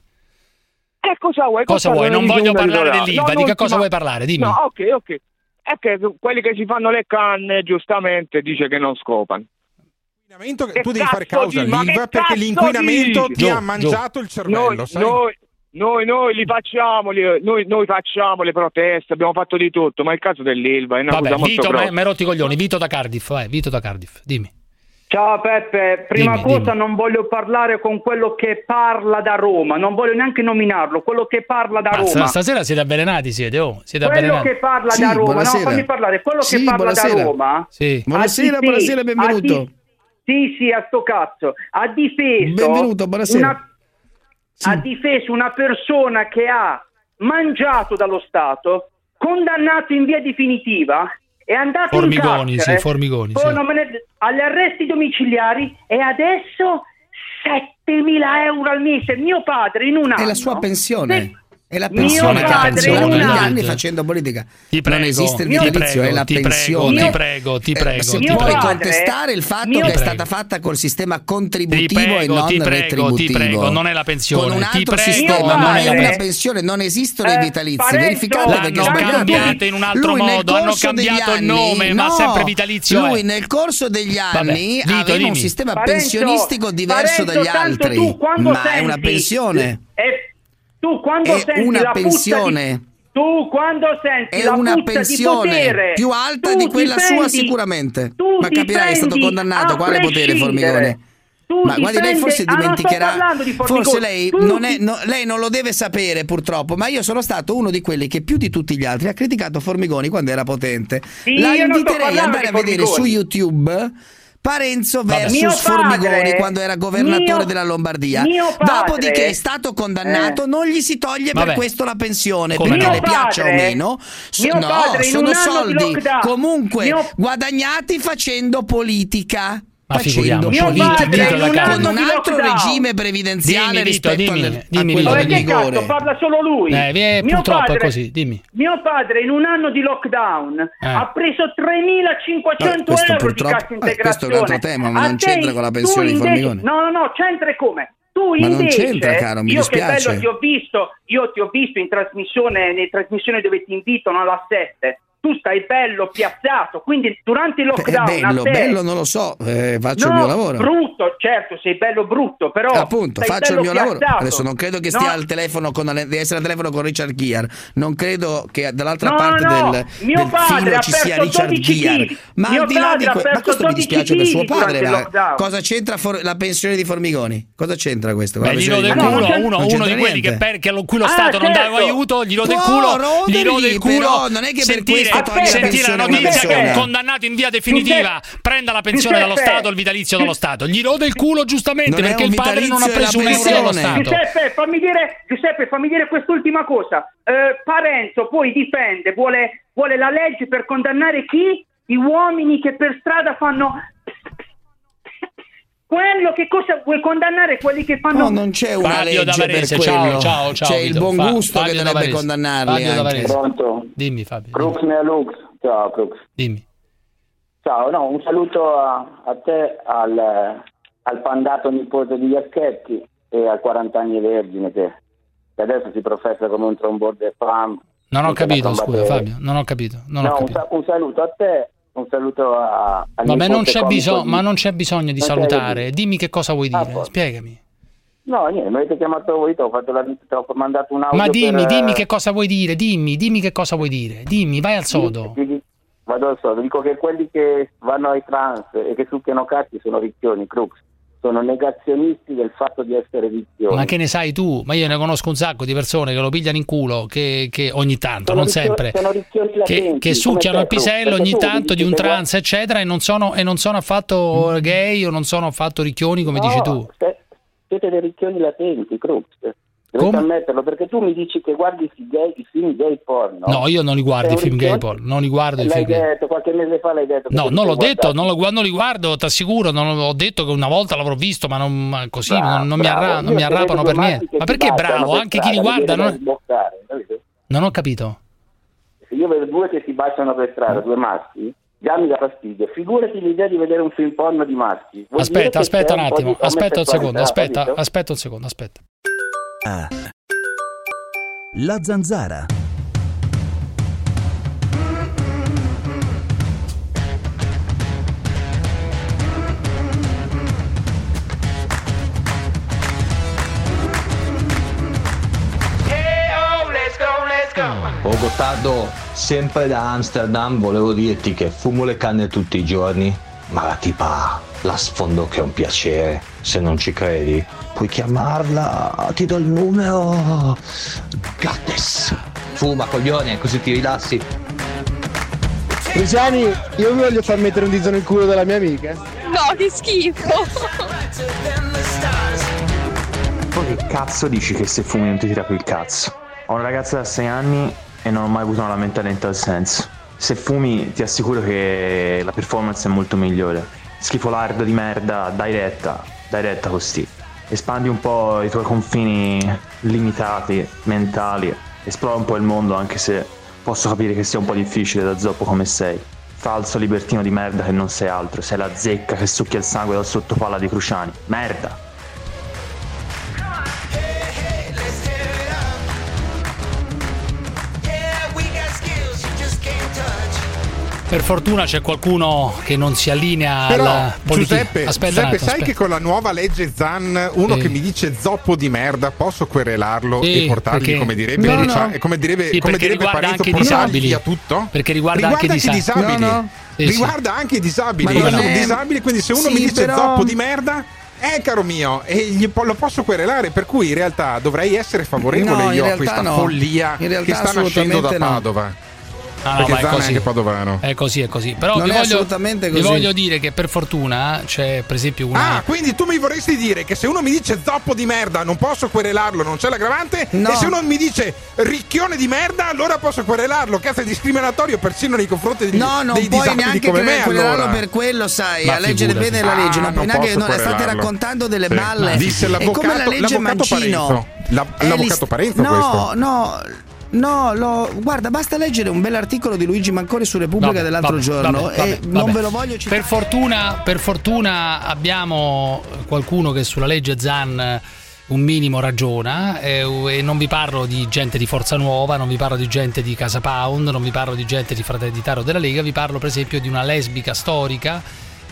Eh, cosa vuoi? Cosa vuoi? Non dici voglio una parlare di dell'Ilva, no, di che non cosa ti- vuoi parlare? Dimmi. No, ok, ok. È che quelli che si fanno le canne, giustamente, dice che non scopano. L'inquinamento che tu Che devi fare cazzo causa dici? Ma all'Ilva che perché cazzo l'inquinamento dici? ti ha Giù, mangiato il cervello, Noi, sai? noi, noi, noi li facciamo, li- noi, noi facciamo le proteste, abbiamo fatto di tutto, ma il caso dell'Ilva è una Vabbè, cosa molto Vito, grossa. me, me rotti i coglioni. Vito da Cardiff, vai, Vito da Cardiff, dimmi. Ciao Peppe, prima Dimmi, cosa dimmi. non voglio parlare con quello che parla da Roma, non voglio neanche nominarlo, quello che parla da Ah, Roma. stasera siete avvelenati, siete, oh, siete Quello avvelenati. che parla Sì, da Roma, no, buonasera. fammi parlare, quello Sì, che parla buonasera. da Roma. Sì. Buonasera, ha dife- buonasera, benvenuto. ha di- Sì, sì, a sto cazzo. Ha difeso Benvenuto, buonasera. una, ha difeso una persona che ha mangiato dallo Stato, condannato in via definitiva, è andato Formigoni, in carcere, sì, Formigoni, poi sì. non me ne- agli arresti domiciliari e adesso settemila euro al mese. Mio padre in un anno È la sua pensione. Se- È la Mio pensione che ha padre pensionato in negli un anni anno. facendo politica. Ti prego, non esiste il ti vitalizio, prego, è la ti prego, pensione. ti prego, ti Eh, prego, se ti puoi prego. contestare il fatto Mio che è prego. stata fatta col sistema Ti contributivo e prego, non ti prego, retributivo. ti prego, non è la pensione. Con un Ti altro prego, sistema, Mio non è padre- una pensione, non esistono i Eh, vitalizi. Parenzo, Verificate perché L'hanno sbagliate. cambiato in un altro Lui nel modo, hanno corso degli cambiato il anni- nome, ma no, sempre vitalizio Lui è. nel corso degli Vabbè, anni Vito, aveva dimmi. un sistema Parenzo, pensionistico diverso Parenzo, dagli tanto altri, tu quando ma è una senti- pensione. è- tu quando È senti una la puzza pensione. di, tu quando senti È la una puzza pensione di potere, più alta tu di quella difendi- sua sicuramente. tu Ma capirai che è stato difendi condannato. a Quale potere, prescindere. Formigoni? Tu Ma guardi, lei difendi- forse ah, non sto dimenticherà. parlando di Formigoni. Forse lei Tu non, è, ti- no, lei non lo deve sapere, purtroppo. Ma io sono stato uno di quelli che più di tutti gli altri ha criticato Formigoni quando era potente. Sì, La io non sto inviterei ad parlando andare a di vedere su Formigoni. YouTube Parenzo Vabbè. versus Mio Formigoni padre- quando era governatore mio- della Lombardia. mio padre- Dopodiché è stato condannato, Eh. non gli si toglie Vabbè. per questo la pensione, Come perché no? le piaccia o Mio padre- meno. So- mio no, padre in sono un anno di soldi lockdown- comunque mio- guadagnati facendo politica. Ma Facendo figuriamoci, Mio Vito, padre Vito in da un Cardiff. anno con un di altro lockdown. regime previdenziale Dimmi, Vito, rispetto dimmi, al, dimmi, a quello Ma Vito, del perché cazzo rigore. parla solo lui? Eh, eh, Mio purtroppo padre- è così, dimmi. Mio padre in un anno di lockdown Eh. ha preso tremilacinquecento Eh, questo euro di purtroppo- cassa eh, integrazione. questo è un altro tema, ma A non te- c'entra con la tu pensione di invece- Formigoni. No, no, no, c'entra e come? Tu Ma non invece, c'entra, caro, mi io dispiace. che bello ti ho visto, io ti ho visto in trasmissione, nelle trasmissioni dove ti invitano alla sette. Tu stai bello piazzato, quindi durante il È lockdown bello, a te, bello non lo so, eh, faccio no, il mio lavoro. brutto, certo, sei bello brutto, però Appunto, stai faccio il bello mio lavoro. piazzato. Adesso non credo che stia No. al telefono con deve essere al telefono con Richard Gere. Non credo che dall'altra No, parte no, del, mio del padre filo ha ci sia perso Richard dodici Gere. chili. Ma Mio al di là padre di ha que- ma perso questo mi dodici dispiace per suo chili padre, durante il ma lockdown. cosa c'entra for- la pensione di Formigoni? Cosa c'entra questo? con Beh, la gli pensione rode di il Formigoni? culo, uno, Non uno c'entra di quelli che niente. per che lo- cui lo Ah, Stato non dava certo. aiuto, gli rode il Può culo, gli rodergli, rode il culo. però non è che per Sentire toglie la sentire la pensione a una notizia che un persona. condannato in via definitiva prenda la pensione dallo Giuseppe. Stato, il vitalizio dallo Stato. Gli rode il culo giustamente Non è perché un il padre non ha vitalizio, preso è un la euro dallo pensione. Stato. Giuseppe, fammi dire, Giuseppe, fammi dire quest'ultima cosa. Eh, Parenzo poi difende, vuole, vuole la legge per condannare chi? Gli uomini che per strada fanno quello. Che cosa vuoi condannare? Quelli che fanno No, non c'è una Fabio da legge per Varese, quello. ciao, ciao, ciao. C'è il Vito. buon Fa- gusto Fabio che da dovrebbe Varese. condannarli Fabio da anche. Varese. Pronto? Dimmi Fabio. Crux nella Lux. Ciao Crux. Dimmi. Ciao, no, un saluto a, a te, al, al pandato nipote di Iacchetti e a quaranta anni vergine che, che adesso si professa come un trombone fam. Non ho capito, combattere. scusa Fabio, non ho capito. Non no, ho un, capito. sa- un saluto a te, un saluto a, al Vabbè, non nipote c'è, comico bisogno, di- ma non c'è bisogno di Non c'è salutare. bisogno. Dimmi che cosa vuoi Ah, dire, poi. spiegami. No, niente, mi avete chiamato voi, ti ho fatto la ti ho mandato un audio Ma dimmi, per, dimmi eh, che cosa vuoi dire, dimmi, dimmi che cosa vuoi dire. Dimmi, vai al sodo. ti- ti- Vado al sodo, dico che quelli che vanno ai trans e che succhiano cazzi sono ricchioni, Crux. Sono negazionisti del fatto di essere ricchioni. Ma che ne sai tu? Ma io ne conosco un sacco di persone che lo pigliano in culo, che, che ogni tanto, Sono non ricchioni- sempre, sono ricchioni che, latenti, che come succhiano te, il pisello Cruz, ogni perché tu tanto di un dici che trans, eccetera, e non sono, e non sono affatto gay o non sono affatto ricchioni come No, dici tu. se- siete dei ricchioni latenti, Crux. Dovete ammetterlo, perché tu mi dici che guardi i gay, i film gay porno. No, io non li guardo Sei i un film gay, ricchione? Paul, non li guardo i L'hai film gay. detto, qualche mese fa l'hai detto. che No, tu non li l'ho detto, guardavi. non lo, gu- non li guardo, ti assicuro, non ho detto che una volta l'avrò visto, ma, non, ma così Bravo, non, non mi, bravo. arra- non Io mi se arrapano vedo per due niente. maschi che Ma si perché baciano bravo? per Anche chi li strada, mi guarda viene non, da sboccare, capito? non ho capito. Se io vedo due che si baciano per strada, due maschi, già mi dà fastidio. Figurati l'idea di vedere un film porno di maschi. Vuol dire Aspetta, che aspetta c'è un po' attimo, di aspetta un secondo, omosessualità, aspetta, capito? aspetta un secondo, aspetta. Ah. La Zanzara. Oh Gottardo, sempre da Amsterdam volevo dirti che fumo le canne tutti i giorni, ma la tipa la sfondo che è un piacere. Se non ci credi, puoi chiamarla, ti do il numero. Gattes. Fuma coglione, così ti rilassi. Luciani, io mi voglio far mettere un dito nel culo della mia amica. No, che schifo! Poi che cazzo dici che se fumi non ti tira più il cazzo? Ho una ragazza da sei anni e non ho mai avuto una lamentela in tal senso. Se fumi ti assicuro che la performance è molto migliore. Schifolardo di merda, dai retta, dai retta così. Espandi un po' i tuoi confini limitati, mentali, esplora un po' il mondo, anche se posso capire che sia un po' difficile da zoppo come sei. Falso libertino di merda che non sei altro, sei la zecca che succhia il sangue dal sottopalla di Cruciani. Merda! Per fortuna c'è qualcuno che non si allinea Però alla politica. Giuseppe, Aspetta, Giuseppe un attimo, sai aspetta. che con la nuova legge Zan uno Sì. che mi dice zoppo di merda posso querelarlo Sì, e portargli perché- come direbbe, No, Lucia- no. e come direbbe, Sì, come perché direbbe riguarda Parenzo, anche i portargli disabili. via tutto? Perché riguarda anche i i disabili. disabili. No, no. Sì, riguarda anche i disabili. Ma Io non sono è- disabile, quindi se uno Sì, mi dice però- zoppo di merda, eh caro mio, e gli po- lo posso querelare, per cui in realtà dovrei essere favorevole No, in io a realtà questa no. follia In realtà che sta nascendo da assolutamente no. Padova. Ah, no, Perché ma è Zan è così. anche padovano. È così, è così. Però Non vi è voglio, assolutamente vi così. voglio dire che per fortuna c'è per esempio una... Ah, quindi tu mi vorresti dire che se uno mi dice zoppo di merda non posso querelarlo, non c'è l'aggravante? No. E se uno mi dice ricchione di merda, allora posso querelarlo? Cazzo, è discriminatorio persino nei confronti dei, No, non dei puoi disabili neanche come me, querelarlo allora. per quello, sai, Ma a leggere figurati. bene la legge, non Ah, puoi non neanche, posso no, state querelarlo. raccontando delle Sì. balle. Disse È come la l'avvocato- legge l'avvocato Mancino. Parenzo. La- È l'avvocato l'is- Parenzo no, questo. No, no, lo, guarda, basta leggere un bell'articolo di Luigi Manconi su Repubblica Vabbè, dell'altro vabbè, giorno vabbè, e vabbè, non vabbè. ve lo voglio citare. Per fortuna, per fortuna abbiamo qualcuno che sulla legge Zan un minimo ragiona, eh, e non vi parlo di gente di Forza Nuova, non vi parlo di gente di Casa Pound, non vi parlo di gente di Fratelli d'Italia o della Lega, vi parlo per esempio di una lesbica storica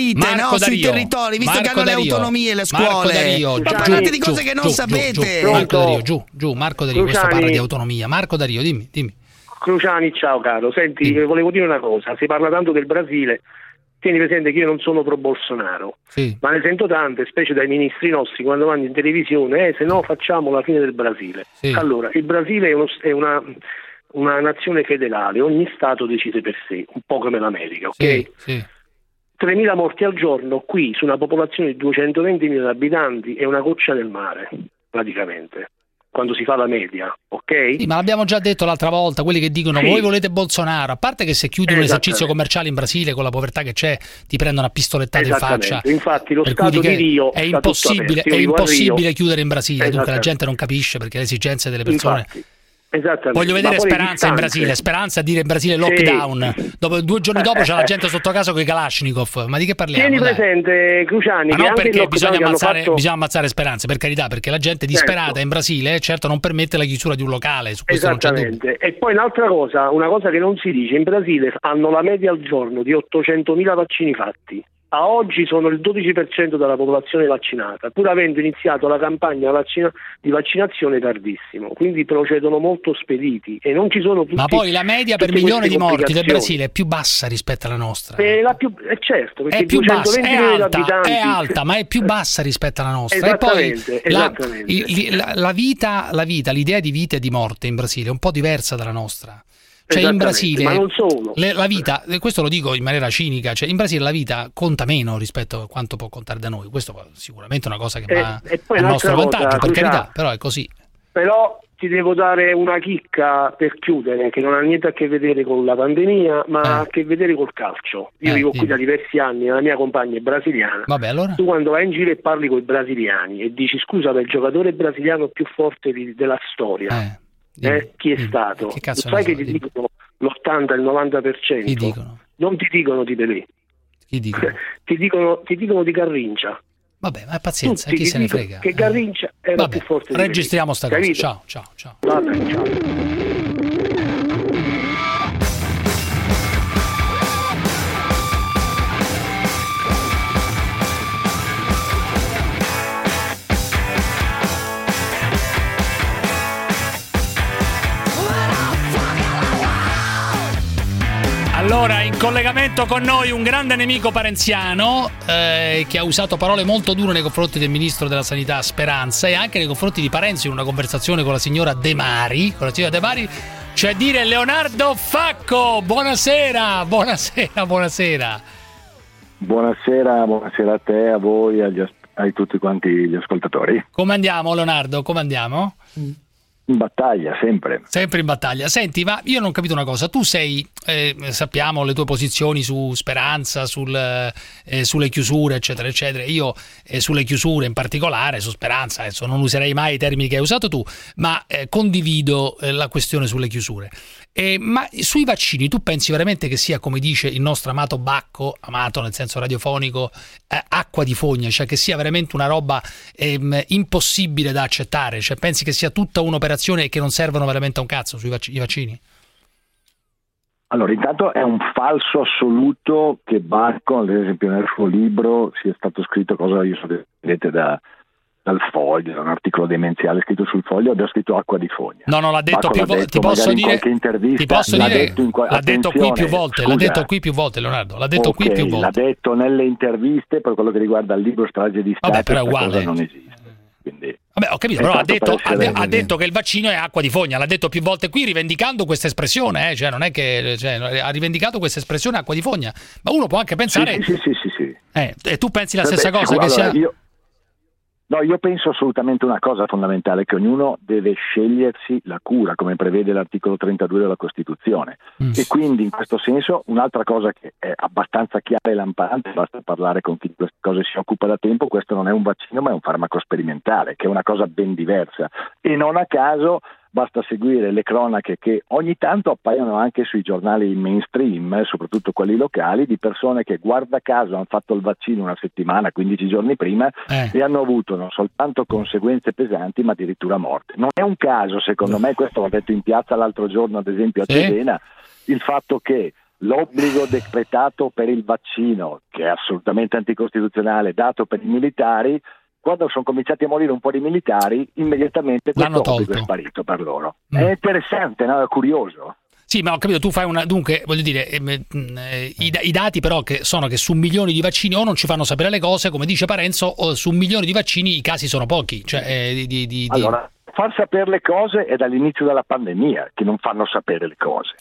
trasferite, Marco no? Dario, Sui territori, visto Marco che hanno Dario, le autonomie, le Marco scuole. Dario, Ma giù, parlate di giù, cose che non giù, sapete. Giù, Marco Dario, giù, giù, Marco Dario, questo Cruciani. parla di autonomia. Marco Dario, dimmi, dimmi. Cruciani, ciao caro. Senti, Dimmi. volevo dire una cosa. Si parla tanto del Brasile. Tieni presente che io non sono pro Bolsonaro, sì. ma ne sento tante, specie dai ministri nostri quando vanno in televisione, eh, se no facciamo la fine del Brasile. Sì. Allora, il Brasile è, uno, è una, una nazione federale, ogni Stato decide per sé, un po' come l'America, ok? Sì, sì. tremila morti al giorno qui su una popolazione di duecentoventimila abitanti è una goccia nel mare, praticamente, quando si fa la media, ok? Sì, ma l'abbiamo già detto l'altra volta, quelli che dicono sì. voi volete Bolsonaro, a parte che se chiudi un esercizio commerciale in Brasile con la povertà che c'è ti prendono una pistolettata in faccia. Infatti lo per Stato cui di Rio è impossibile, è impossibile chiudere in Brasile, dunque la gente non capisce perché le esigenze delle persone... Infatti. Esattamente. Voglio vedere Speranza in distanze. Brasile, Speranza a dire in Brasile lockdown, sì. Dopo due giorni dopo c'è la gente sotto casa con i Kalashnikov, ma di che parliamo? Tieni dai? presente, Cruciani, ma che non anche perché bisogna ammazzare, fatto... bisogna ammazzare Speranza, per carità, perché la gente disperata certo. in Brasile certo non permette la chiusura di un locale, su questo esattamente. Non c'è dubbio. E poi un'altra cosa, una cosa che non si dice, in Brasile hanno la media al giorno di ottocentomila vaccini fatti. A oggi sono il dodici per cento della popolazione vaccinata, pur avendo iniziato la campagna vaccina- di vaccinazione tardissimo, quindi procedono molto spediti e non ci sono tutti. Ma poi la media per milione di morti del Brasile è più bassa rispetto alla nostra. È la più, è certo, perché è più bassa, è alta, abitanti... è alta, ma è più bassa rispetto alla nostra. Esattamente, e poi esattamente. La, il, la, la vita, la vita, l'idea di vita e di morte in Brasile è un po' diversa dalla nostra. Cioè in Brasile ma non solo. Le, la vita, questo lo dico in maniera cinica, cioè in Brasile la vita conta meno rispetto a quanto può contare da noi. Questo è sicuramente una cosa che va e, e poi al nostro cosa, vantaggio, per Cruciani, carità, però è così. Però ti devo dare una chicca per chiudere, che non ha niente a che vedere con la pandemia, ma eh. ha a che vedere col calcio. Io eh, vivo qui da diversi anni, la mia compagna è brasiliana. Vabbè, allora? Tu quando vai in giro e parli con i brasiliani e dici scusa, per il giocatore brasiliano più forte di, della storia, eh. Dimmi, eh, chi è dimmi. stato? Che cazzo sai che so, ti dimmi. dicono l'ottanta, il novanta per cento? Chi dicono? Non ti dicono di Pelé. Chi dicono? ti, dicono, ti dicono di Garrincha. Vabbè, ma pazienza, Tutti chi se ne dicono frega? Che Garrincha era Vabbè, più forte di registriamo sta Pelé. cosa. Ciao, ciao, ciao. Vabbè, ciao. Allora, in collegamento con noi un grande nemico parenziano eh, che ha usato parole molto dure nei confronti del ministro della Sanità Speranza e anche nei confronti di Parenzo in una conversazione con la signora De Mari, con la signora De Mari, cioè dire Leonardo Facco. Buonasera, buonasera, buonasera. Buonasera, buonasera a te, a voi, agli, a tutti quanti gli ascoltatori. Come andiamo, Leonardo? Come andiamo? In battaglia, sempre. Sempre in battaglia. Senti, ma io non ho capito una cosa. Tu sei, eh, sappiamo le tue posizioni su Speranza, sul, eh, sulle chiusure, eccetera, eccetera. Io eh, sulle chiusure in particolare, su Speranza, adesso non userei mai i termini che hai usato tu, ma eh, condivido eh, la questione sulle chiusure. Eh, ma sui vaccini tu pensi veramente che sia, come dice il nostro amato Bacco, amato nel senso radiofonico, eh, acqua di fogna, cioè che sia veramente una roba ehm, impossibile da accettare? Cioè pensi che sia tutta un'operazione e che non servono veramente a un cazzo sui vac- i vaccini? Allora, intanto è un falso assoluto che Bacco, ad esempio nel suo libro, sia stato scritto cosa io so vedete da dal Foglio, da un articolo demenziale scritto sul Foglio, abbia scritto acqua di fogna. No, no, l'ha detto Bacco più volte. Ti posso dire, ti posso l'ha dire, detto, in, l'ha detto qui più volte, scusa, l'ha detto qui più volte, Leonardo, l'ha detto okay, qui più volte. L'ha detto nelle interviste, per quello che riguarda il libro Strage di Stato. Vabbè, però è uguale. Non esiste. Quindi, vabbè, ho capito, però ha detto, ha, de- ha detto che il vaccino è acqua di fogna, l'ha detto più volte qui rivendicando questa espressione, eh? Cioè non è che cioè, ha rivendicato questa espressione acqua di fogna, ma uno può anche pensare sì, sì, sì, sì, sì. Eh, e tu pensi la Vabbè, stessa cosa? Allora, che sia... io... No, io penso assolutamente una cosa fondamentale, che ognuno deve scegliersi la cura, come prevede l'articolo trentadue della Costituzione. Mm. E quindi in questo senso un'altra cosa che è abbastanza chiara e lampante, basta parlare con chi di queste cose si occupa da tempo, questo non è un vaccino ma è un farmaco sperimentale, che è una cosa ben diversa. E non a caso basta seguire le cronache che ogni tanto appaiono anche sui giornali mainstream, soprattutto quelli locali, di persone che guarda caso hanno fatto il vaccino una settimana, quindici giorni prima eh. e hanno avuto non soltanto conseguenze pesanti ma addirittura morte. Non è un caso, secondo me, questo l'ho detto in piazza l'altro giorno ad esempio a sì. Cesena, il fatto che l'obbligo decretato per il vaccino, che è assolutamente anticostituzionale, dato per i militari, quando sono cominciati a morire un po' di militari, immediatamente questo obbligo è sparito per loro. Mm. È interessante, no? È curioso. Sì, ma ho capito, tu fai una... Dunque, voglio dire, eh, eh, i, i dati però che sono che su milioni di vaccini o non ci fanno sapere le cose, come dice Parenzo, o su milioni di vaccini i casi sono pochi. Cioè, eh, di, di, di... Allora, far sapere le cose è dall'inizio della pandemia che non fanno sapere le cose.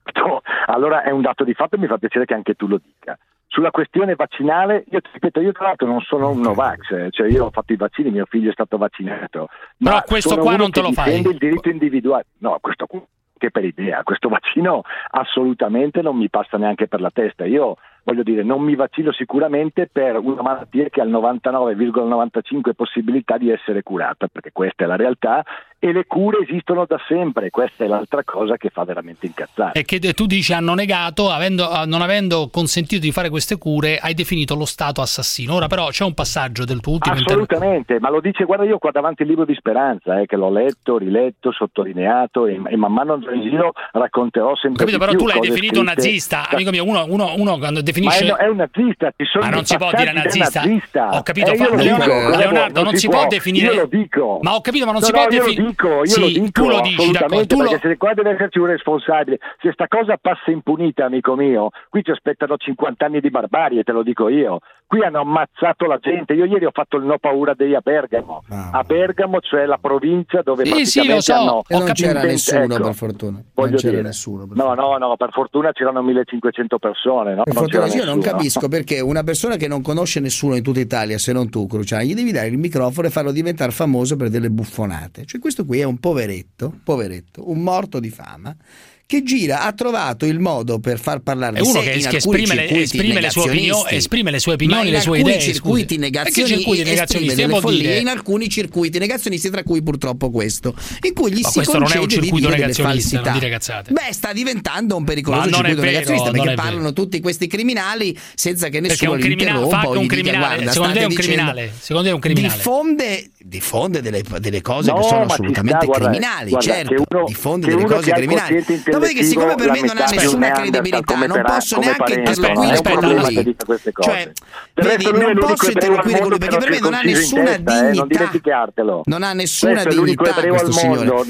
Allora è un dato di fatto e mi fa piacere che anche tu lo dica. Sulla questione vaccinale, io ti ripeto, io tra l'altro non sono un Novax, eh, cioè io ho fatto i vaccini, mio figlio è stato vaccinato. Però ma questo sono qua uno non te che lo fai. difende il diritto individuale. No, questo qua, che per idea, questo vaccino assolutamente non mi passa neanche per la testa. Io voglio dire, non mi vaccino sicuramente per una malattia che ha il novantanove virgola novantacinque possibilità di essere curata, perché questa è la realtà e le cure esistono da sempre, questa è l'altra cosa che fa veramente incazzare. E che tu dici hanno negato, avendo, non avendo consentito di fare queste cure, hai definito lo Stato assassino. Ora però c'è un passaggio del tuo ultimo intervento. Assolutamente, ma lo dice, guarda, io qua davanti il libro di Speranza, eh, che l'ho letto, riletto, sottolineato e, e man mano andrò in giro racconterò sempre. Ho capito, però tu l'hai definito un nazista, amico mio, uno, uno, uno quando definisce... Ma è, è un nazista, ci sono ma non si può dire nazista. nazista. Ho capito, eh, fa... Leonardo, dico, Leonardo non, non si può, può definire. Io lo dico. Ma ho capito, ma non no, si no, può definire. Io lo dico, io sì, lo dico. Tu lo dici, assolutamente, tu perché lo... se qua deve esserci un responsabile. Se sta cosa passa impunita, amico mio, qui ci aspettano cinquanta anni di barbarie, te lo dico io. Qui hanno ammazzato la gente. Io ieri ho fatto il No Paura Dei a Bergamo. Ah. A Bergamo, cioè la provincia dove sì, praticamente sì, lo so. hanno... E non c'era nessuno, ecco, per fortuna. Non c'era dire. nessuno. Per no, no, no, per fortuna c'erano millecinquecento persone. No? Per non fortuna c'era io non nessuno. capisco perché una persona che non conosce nessuno in tutta Italia, se non tu, Cruciani, gli devi dare il microfono e farlo diventare famoso per delle buffonate. Cioè questo qui è un poveretto, poveretto, un morto di fama, che gira, ha trovato il modo per far parlare di sé. È uno che, che esprime, le, esprime, le sue opinioni, esprime le sue opinioni, le sue idee. Circuiti negazionisti, circuiti negazionisti esprime delle follie in alcuni circuiti negazionisti, tra cui purtroppo questo, in cui gli ma si concede non è un circuito di dire negazionista, delle falsità. Beh, sta diventando un pericoloso circuito vero, negazionista perché parlano vero. tutti questi criminali senza che nessuno li interrompa o gli dica guarda, secondo te è un criminale, secondo te è un criminale. Diffonde diffonde delle, delle cose no, che sono assolutamente sta, guarda, criminali, guarda, certo, uno, diffonde delle cose criminali. Dopodiché, siccome per me non ha nessuna credibilità, non posso neanche interloquire con lui. Cioè, vedi, non posso interloquire con lui perché per me non ha nessuna dignità. Non ha nessuna dignità questo signore.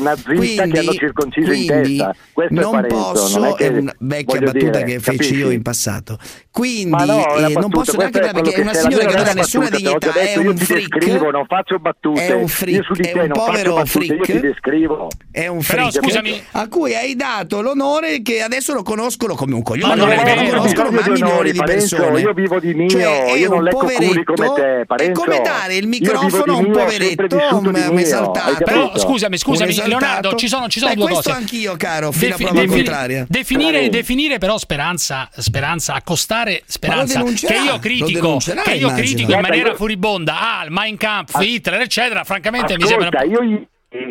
Quindi non posso, è una vecchia battuta che feci io in passato. Quindi non posso neanche perché è una signora che non ha nessuna dignità, è un freak. Non faccio battute. È un freak, è un povero freak. È un freak. Però, scusami, a cui hai dato l'onore che adesso lo conoscono come un coglione. Ma non è vero, lo conoscono ma milioni di persone. Io vivo di mio, cioè, io non leggo culi come te, È come dare il microfono a un poveretto esaltato. Però scusami, scusami, Leonardo, ci sono, ci sono due questo cose. Anch'io, caro, fino Defi- a prova defini- contraria. Definire, definire però Speranza, Speranza, accostare Speranza, che io critico, che io critico in maniera furibonda al Mein Kampf, Hitler, eccetera, francamente Ascolta, mi sembra... io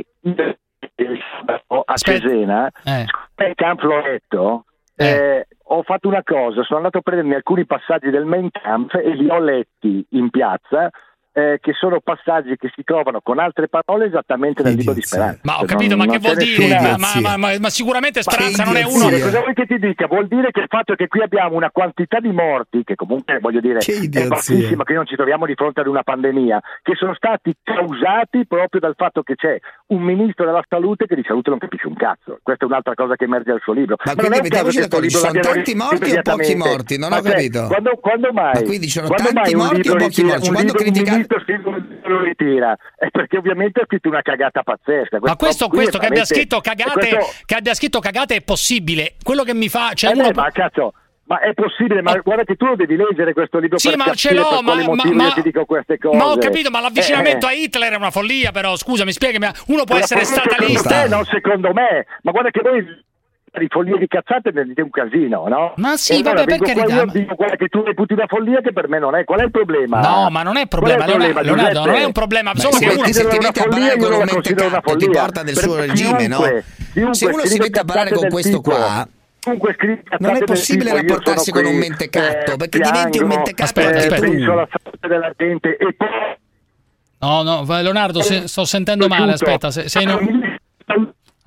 a Cesena, eh. il camp l'ho letto, eh. Eh, ho fatto una cosa, sono andato a prendermi alcuni passaggi del Mein Kampf e li ho letti in piazza, eh, che sono passaggi che si trovano con altre parole esattamente nel libro di Speranza. Ma ho capito, non, ma non che vuol dire? Ma, ma, ma, ma sicuramente Speranza non è uno. Cosa vuoi che ti dica? Vuol dire che il fatto che qui abbiamo una quantità di morti, che comunque voglio dire è bassissima, che non ci troviamo di fronte ad una pandemia, che sono stati causati proprio dal fatto che c'è un ministro della salute che di salute non capisce un cazzo. Questa è un'altra cosa che emerge dal suo libro. Ma, ma quindi mettiamoci d'accordo, ci sono tanti morti o pochi morti? Non ho capito. Quando, quando mai? Ma quindi ci sono tanti morti o pochi morti? Quando criticate lo ritira, è perché ovviamente ha scritto una cagata pazzesca. Ma questo, questo che abbia scritto cagate, questo... che abbia scritto cagate è possibile. Quello che mi fa, cioè eh uno... beh, ma cazzo, ma è possibile, ma guarda che tu lo devi leggere questo libro sì, per ma capire ce l'ho, per quali ma, motivi ma, io ti dico queste cose. Ma ho capito, ma l'avvicinamento eh, a Hitler è una follia, però scusami, spiegami, uno può essere statalista. Secondo te, non secondo me, ma guarda che voi di follie di cazzate ne dite un casino, no? Ma sì, e vabbè, allora, per carità. Io dico, guarda che tu reputi una follia che per me non è. Qual è il problema? No, ma non è problema, è il problema Leonardo, non è un problema. Beh, solo se che uno uno si mette a parlare con un mentecatto ti porta del suo regime, no? Se uno si mette a parlare con questo qua, non è possibile rapportarsi con un mentecatto, perché diventi un mentecatto anche tu. Della gente e poi... No, no, Leonardo, se, sto sentendo male, aspetta, sei in un...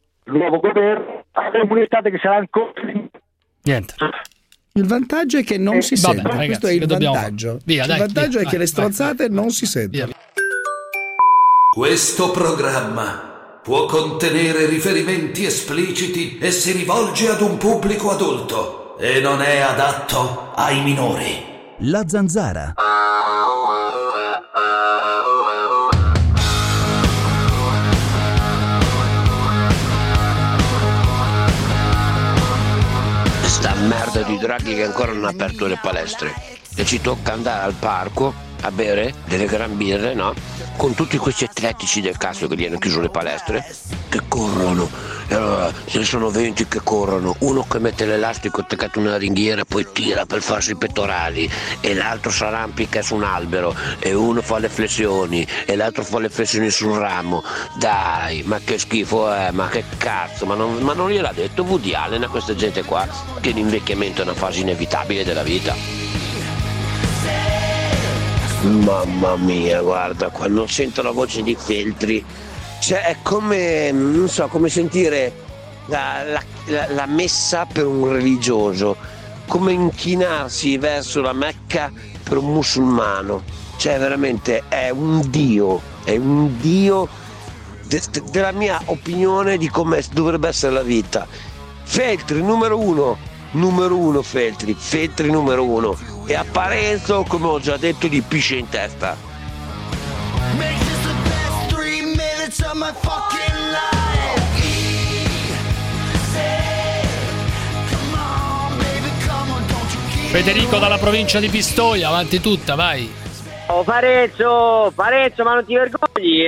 il nuovo governo, avremo un'estate che sarà ancora... Niente. Il vantaggio è che non eh, si vabbè, sente, ragazzi, questo è il vantaggio. Via, dai, il vantaggio via, è che vai, le stronzate vai, vai. non si sentono. Questo programma può contenere riferimenti espliciti e si rivolge ad un pubblico adulto e non è adatto ai minori. La Zanzara. Sta merda di Draghi che ancora non ha aperto le palestre e ci tocca andare al parco a bere delle gran birre, no? Con tutti questi atletici del cazzo che gli hanno chiuso le palestre, che corrono, e allora ce ne sono venti che corrono, uno che mette l'elastico attaccato a una ringhiera e poi tira per farsi i pettorali, e l'altro s'arrampica su un albero, e uno fa le flessioni, e l'altro fa le flessioni sul ramo. Dai, ma che schifo è, ma che cazzo, ma non, ma non gliel'ha detto Woody Allen a questa gente qua, che l'invecchiamento è una fase inevitabile della vita? Mamma mia, guarda, quando sento la voce di Feltri, cioè è come, non so, come sentire la, la, la, la messa per un religioso, come inchinarsi verso la Mecca per un musulmano, cioè veramente è un dio, è un dio de, de, della mia opinione di come dovrebbe essere la vita. Feltri numero uno, numero uno Feltri, Feltri numero uno. E a Parenzo, come ho già detto, gli pisce in testa. Federico dalla provincia di Pistoia, avanti tutta, vai. Oh Parenzo, Parenzo, ma non ti vergogni?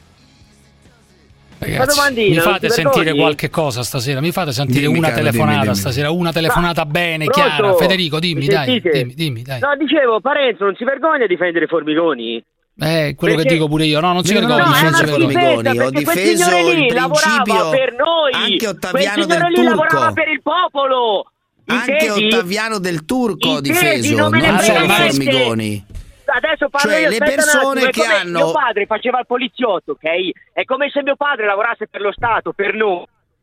Ragazzi, mi fate sentire qualche cosa stasera? Mi fate sentire dimmi, una caro, telefonata dimmi, dimmi. stasera? Una telefonata no. bene, Pronto? chiara. Federico, dimmi, dai, dimmi, dimmi, dai. No, dicevo, Parenzo, non si vergogna a difendere i formigoni? Eh, quello perché... che dico pure io, no, non si vergogna. No, ho difeso i formigoni, ho difeso il principio per noi. Anche Ottaviano del lì Turco. lavorava per il popolo. Anche Intesi? Ottaviano del Turco ho difeso, non, non solo i formigoni. Adesso parlo cioè io, le persone attimo, che hanno mio padre faceva il poliziotto, ok? È come se mio padre lavorasse per lo Stato, per noi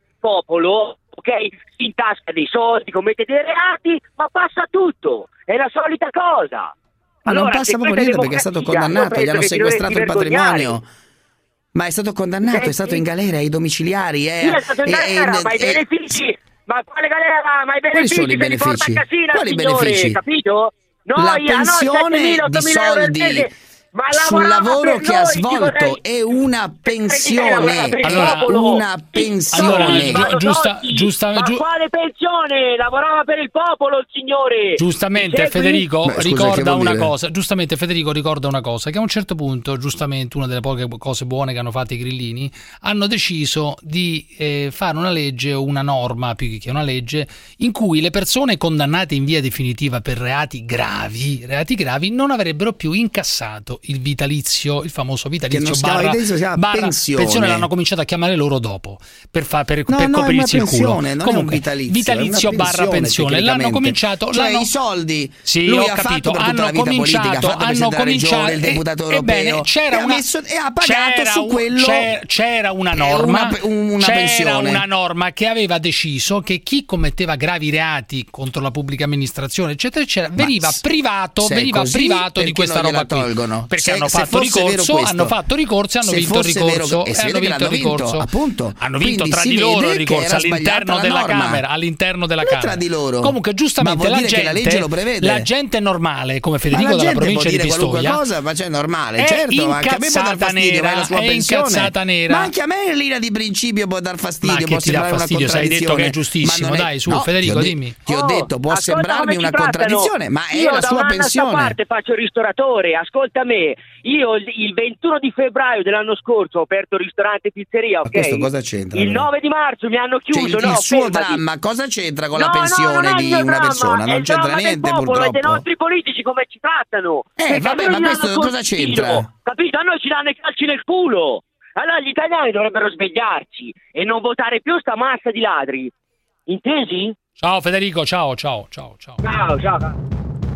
popolo, ok? In tasca dei soldi, commette dei reati, ma passa tutto, è la solita cosa. Ma allora, non passa proprio niente perché è stato condannato, gli hanno sequestrato il patrimonio. Ma è stato condannato, eh, è stato sì. in galera ai domiciliari, eh, sì, è stato in galera, eh, ma i eh, benefici, ma quale galera, ma i quali benefici sono i benefici? Casina, Quali signore, benefici? Capito? No, la io, pensione no, di soldi ma sul lavoro che noi, ha svolto è una pensione, allora, una pensione. Allora, giusta, giusta, ma giu- quale pensione? Lavorava per il popolo il signore. Giustamente Federico Beh, scusa, ricorda una dire? cosa, giustamente Federico ricorda una cosa, che a un certo punto, giustamente una delle poche cose buone che hanno fatto i grillini, hanno deciso di eh, fare una legge o una norma, più che una legge, in cui le persone condannate in via definitiva per reati gravi, reati gravi non avrebbero più incassato il vitalizio, il famoso vitalizio barra, vitalizio, si barra pensione. pensione, l'hanno cominciato a chiamare loro dopo per, fa, per, no, per no, coprirsi il culo. Non Comunque, è un vitalizio, vitalizio è una barra pensione l'hanno cominciato, cioè l'hanno... i soldi sì, lui ho ha capito, fatto per tutta hanno la vita cominciato, politica, ha fatto hanno cominciato regione, il deputato e, europeo ebbene, c'era e, una, ha messo, e ha pagato c'era su quello c'era, c'era una norma, una, una c'era pensione. una norma che aveva deciso che chi commetteva gravi reati contro la pubblica amministrazione, eccetera, eccetera, veniva privato, veniva così, privato di questa roba qui, perché se, hanno se fatto ricorso, hanno fatto ricorso e hanno se vinto il ricorso, vero, e e hanno vinto il ricorso, vinto, appunto. hanno vinto Quindi tra di loro il ricorso all'interno della norma. Camera, all'interno della non Camera. Tra di loro. Comunque giustamente la gente, la legge lo prevede. la gente normale come Federico dalla provincia di Pistoia, cosa, ma c'è normale, è certo, anche a me può dar fastidio, nera, ma è la sua è pensione. Nera. Ma anche a me in linea di principio può dar fastidio, ma può che ti dà fastidio, una hai detto che è giustissimo, è... dai, su no, Federico, ti de- dimmi. Ti ho Oh, detto, può sembrarmi una trattano. contraddizione, ma è io la da sua un anno pensione. A parte faccio il ristoratore, ascolta me, io il ventuno di febbraio dell'anno scorso ho aperto ristorante e pizzeria, ok? Ma questo cosa c'entra? Il nove di marzo mi hanno chiuso, cioè, il, no, il suo fermati. dramma cosa c'entra con no, la pensione no, di una dramma, persona? Non c'entra niente, del popolo, purtroppo. E dei nostri politici come ci trattano. Eh, vabbè, ma questo cosa c'entra? Capito? A noi ci danno i calci nel culo. Allora gli italiani dovrebbero svegliarsi e non votare più sta massa di ladri. Intesi? Ciao Federico, ciao, ciao, ciao, ciao. Ciao, ciao.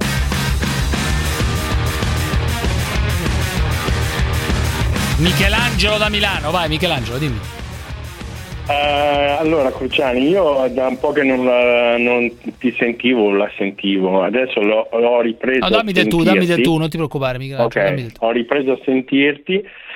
Michelangelo da Milano, vai Michelangelo, dimmi. Uh, allora Cruciani, io da un po' che non, la, non ti sentivo, la sentivo, adesso l'ho, l'ho ripreso. No, dammi del tu, dammi del tu, non ti preoccupare Michelangelo. Ok, ho ripreso a sentirti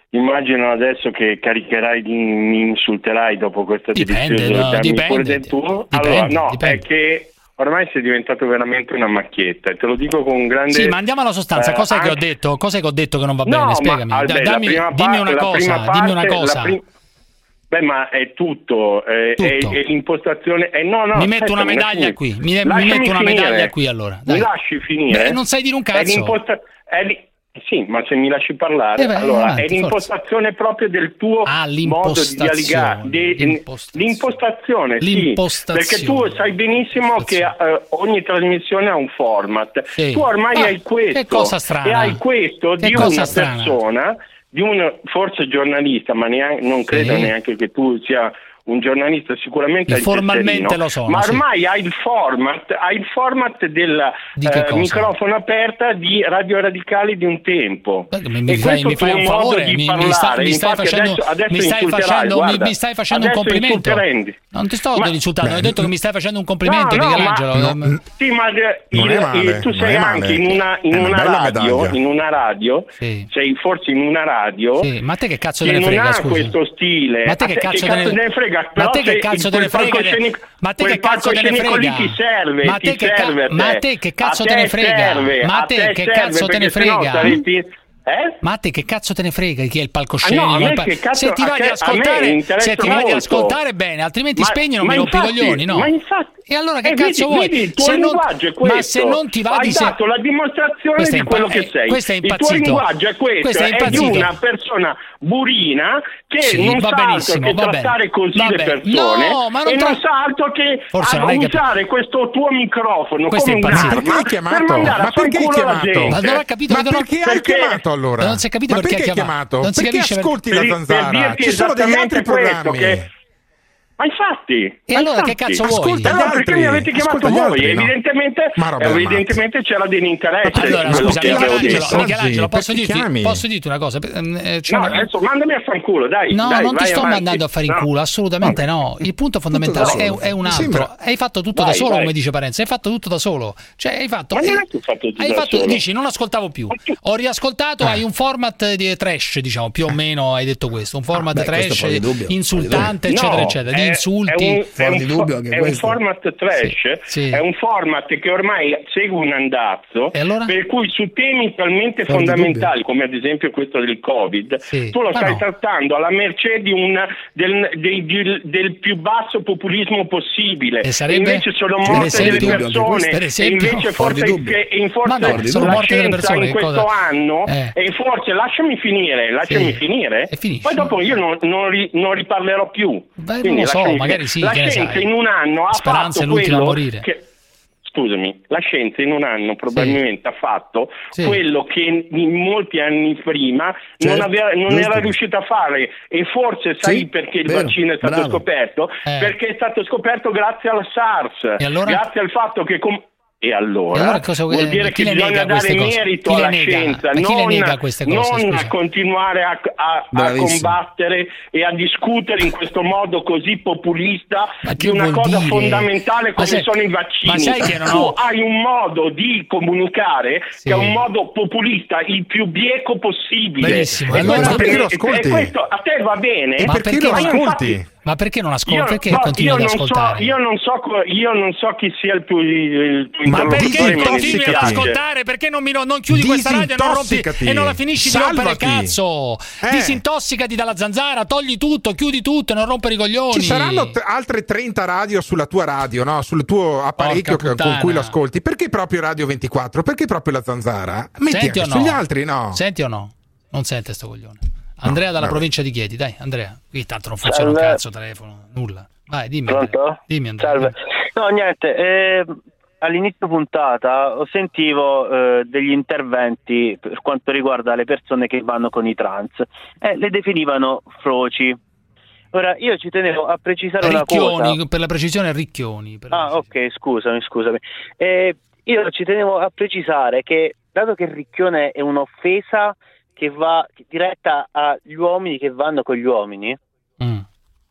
immagino adesso che caricherai, di, mi insulterai dopo questa dipende, no, dipende, tuo. Dipende, allora, no, dipende. è che ormai sei diventato veramente una macchietta, e te lo dico con grande... Sì, ma andiamo alla sostanza. Eh, Cos'è anche... che ho detto? Cos'è che ho detto che non va no, bene? Spiegami. Ma, vabbè, Dammi, la dimmi parte, una la cosa. parte, dimmi una cosa. Prim... Beh, ma è tutto. È, tutto. È, è l'impostazione. È, no, no, mi aspetta, metto una medaglia qui. Mi, mi metto una finire. medaglia qui allora. Dai. Mi lasci finire? Beh, non sai dire un cazzo. È l'imposta... è li... Sì, ma se mi lasci parlare, eh beh, allora avanti, è l'impostazione forza. proprio del tuo ah, modo di dialogare. Di... L'impostazione, l'impostazione, l'impostazione. Sì, perché tu sai benissimo che uh, ogni trasmissione ha un format. Sì. Tu ormai ah, hai questo che cosa strana. e hai questo che di cosa una strana. persona, di un forse giornalista, ma neanche, non credo sì. neanche che tu sia un giornalista, sicuramente formalmente lo sono, ma ormai sì. hai il format, hai il format del eh, microfono aperta di Radio Radicali di un tempo. Beh, mi, mi, fai, mi fai un favore, mi, mi, sta, mi stai facendo, adesso, adesso mi stai facendo, guarda, mi, mi stai facendo un complimento. Non ti sto ma, insultando, ho detto che mi stai facendo un complimento, no, no, Michelangelo. Ma, no, sì, ma il, il, tu sei anche in una, in una radio, in una radio, sì. sei forse in una radio. Sì, ma a te che cazzo te ne frega? Non ha scusa. questo stile. Ma te che cazzo te ne frega? Ma te che cazzo te ne frega? Ma te che cazzo te ne frega? Ti serve, ma te ti che serve ca- ma te che cazzo te ne frega? Serve, ma te, te che cazzo te ne frega? Saresti... Eh? Ma a te che cazzo te ne frega chi è il palcoscenico? Ah, no, il pa- cazzo, se ti vai ad ascoltare, se ti vai ad ascoltare bene, altrimenti ma, spegni non ma mi rompi i coglioni, no? Ma infatti, e allora che eh, cazzo vedi, vuoi? Vedi, il tuo se non, linguaggio è questo. Ma se non ti va Hai di se... dato la dimostrazione di quello impa- che sei. Questo è il tuo impazzito. linguaggio è questo, questo è, è di una persona burina che sì, non va sa altro benissimo, che va trattare bene. così va le bene. persone no, ma non e tra... non sa altro che Forse a non hai usare questo tuo microfono questo come un'arma perché hai chiamato? per mandare ma a far perché culo hai la chiamato? gente. Ma non ho capito ma perché, perché non... hai chiamato allora? Non si è capito ma perché, perché hai chiamato? Non si perché capisce ascolti per... la Zanzara? Per ci sono degli altri programmi che... Ma infatti, e ma allora infatti, che cazzo vuoi? Ascolta, no, perché mi avete chiamato voi? Altri, no? Evidentemente, evidentemente c'era dell'interesse. Allora, scusa, Michelangelo, Michelangelo posso, dirti, posso dirti una cosa? Eh, cioè, no, adesso mandami a fanculo, dai. No, dai, non ti sto avanti. mandando a fare in no. culo, assolutamente no. Il punto fondamentale è, è un altro. Sembra... Hai fatto tutto vai, da solo, vai. come dice Parenzo. Hai fatto tutto da solo. Cioè, hai fatto. Ma non è che ho fatto tutto hai da fatto, solo. dici, non ascoltavo più. Ho riascoltato, hai un format di trash, diciamo, più o meno hai detto questo. Un format ah, beh, trash, dubbio, insultante, eccetera, no, eccetera. Di è, insulti. È un, è un, dubbio anche è un format trash, sì, sì. È un format che ormai segue un andazzo, allora? per cui su temi talmente Fuori fondamentali come ad esempio questo del Covid, sì. tu lo stai no. trattando alla mercé di un, del, del, del più basso populismo possibile. E sarebbe? E invece sono morte delle persone, per esempio, e invece forse, che, e forse no, sono la morte delle persone in questo cosa? anno, eh. e forse lasciami finire, lasciami sì. finire, e poi dopo io non, non, ri, non riparlerò più. Beh, non lo so, magari sì, la scienza in un anno ha Speranza fatto è l'ultima a quello morire. Che, scusami, la scienza in un anno probabilmente sì. ha fatto sì. quello che in molti anni prima certo, non, aveva, non giusto. era riuscito a fare, e forse sai sì, perché il vero, vaccino è stato bravo. scoperto? Eh. Perché è stato scoperto grazie alla SARS, e allora? grazie al fatto che com- E allora, e allora cosa, vuol dire che bisogna dare merito alla scienza, non, non a continuare a, a, a combattere e a discutere in questo modo così populista di una cosa dire? fondamentale come sai, sono i vaccini. Ma sai che non tu ho... hai un modo di comunicare sì. che è un modo populista, il più bieco possibile. Benissimo, e allora questo, perché lo e, ascolti? E questo a te va bene? E ma perché, perché lo ma ascolti? infatti, Ma perché non ascolti? Io, perché no, continui ad ascoltare? So, io, non so, io non so chi sia il tuo, il tuo ma perché continui ad ascoltare? ascoltare? Perché non, mi, non chiudi questa radio e non, rompi, e non la finisci Salvati. di rompere il cazzo? Eh. Disintossicati dalla zanzara, togli tutto, chiudi tutto e non rompere i coglioni. Ci saranno t- altre trenta radio sulla tua radio, no? Sul tuo apparecchio che, con cui lo ascolti. Perché proprio Radio ventiquattro? Perché proprio la zanzara? Metti Senti anche o no? sugli altri, no? Senti o no? Non sente sto coglione. Andrea dalla no, provincia di Chieti, dai Andrea. Qui tanto non funziona Salve. un cazzo, telefono, nulla. Vai, dimmi. Pronto? Andrea. Dimmi Andrea. Salve. No, niente, eh, all'inizio puntata ho sentivo eh, degli interventi per quanto riguarda le persone che vanno con i trans e eh, le definivano froci. Ora, io ci tenevo a precisare Ricchioni, una cosa. per la precisione Ricchioni. Per ah, ok, scusami, scusami. Eh, io ci tenevo a precisare che, dato che Ricchione è un'offesa che va diretta agli uomini che vanno con gli uomini, mm.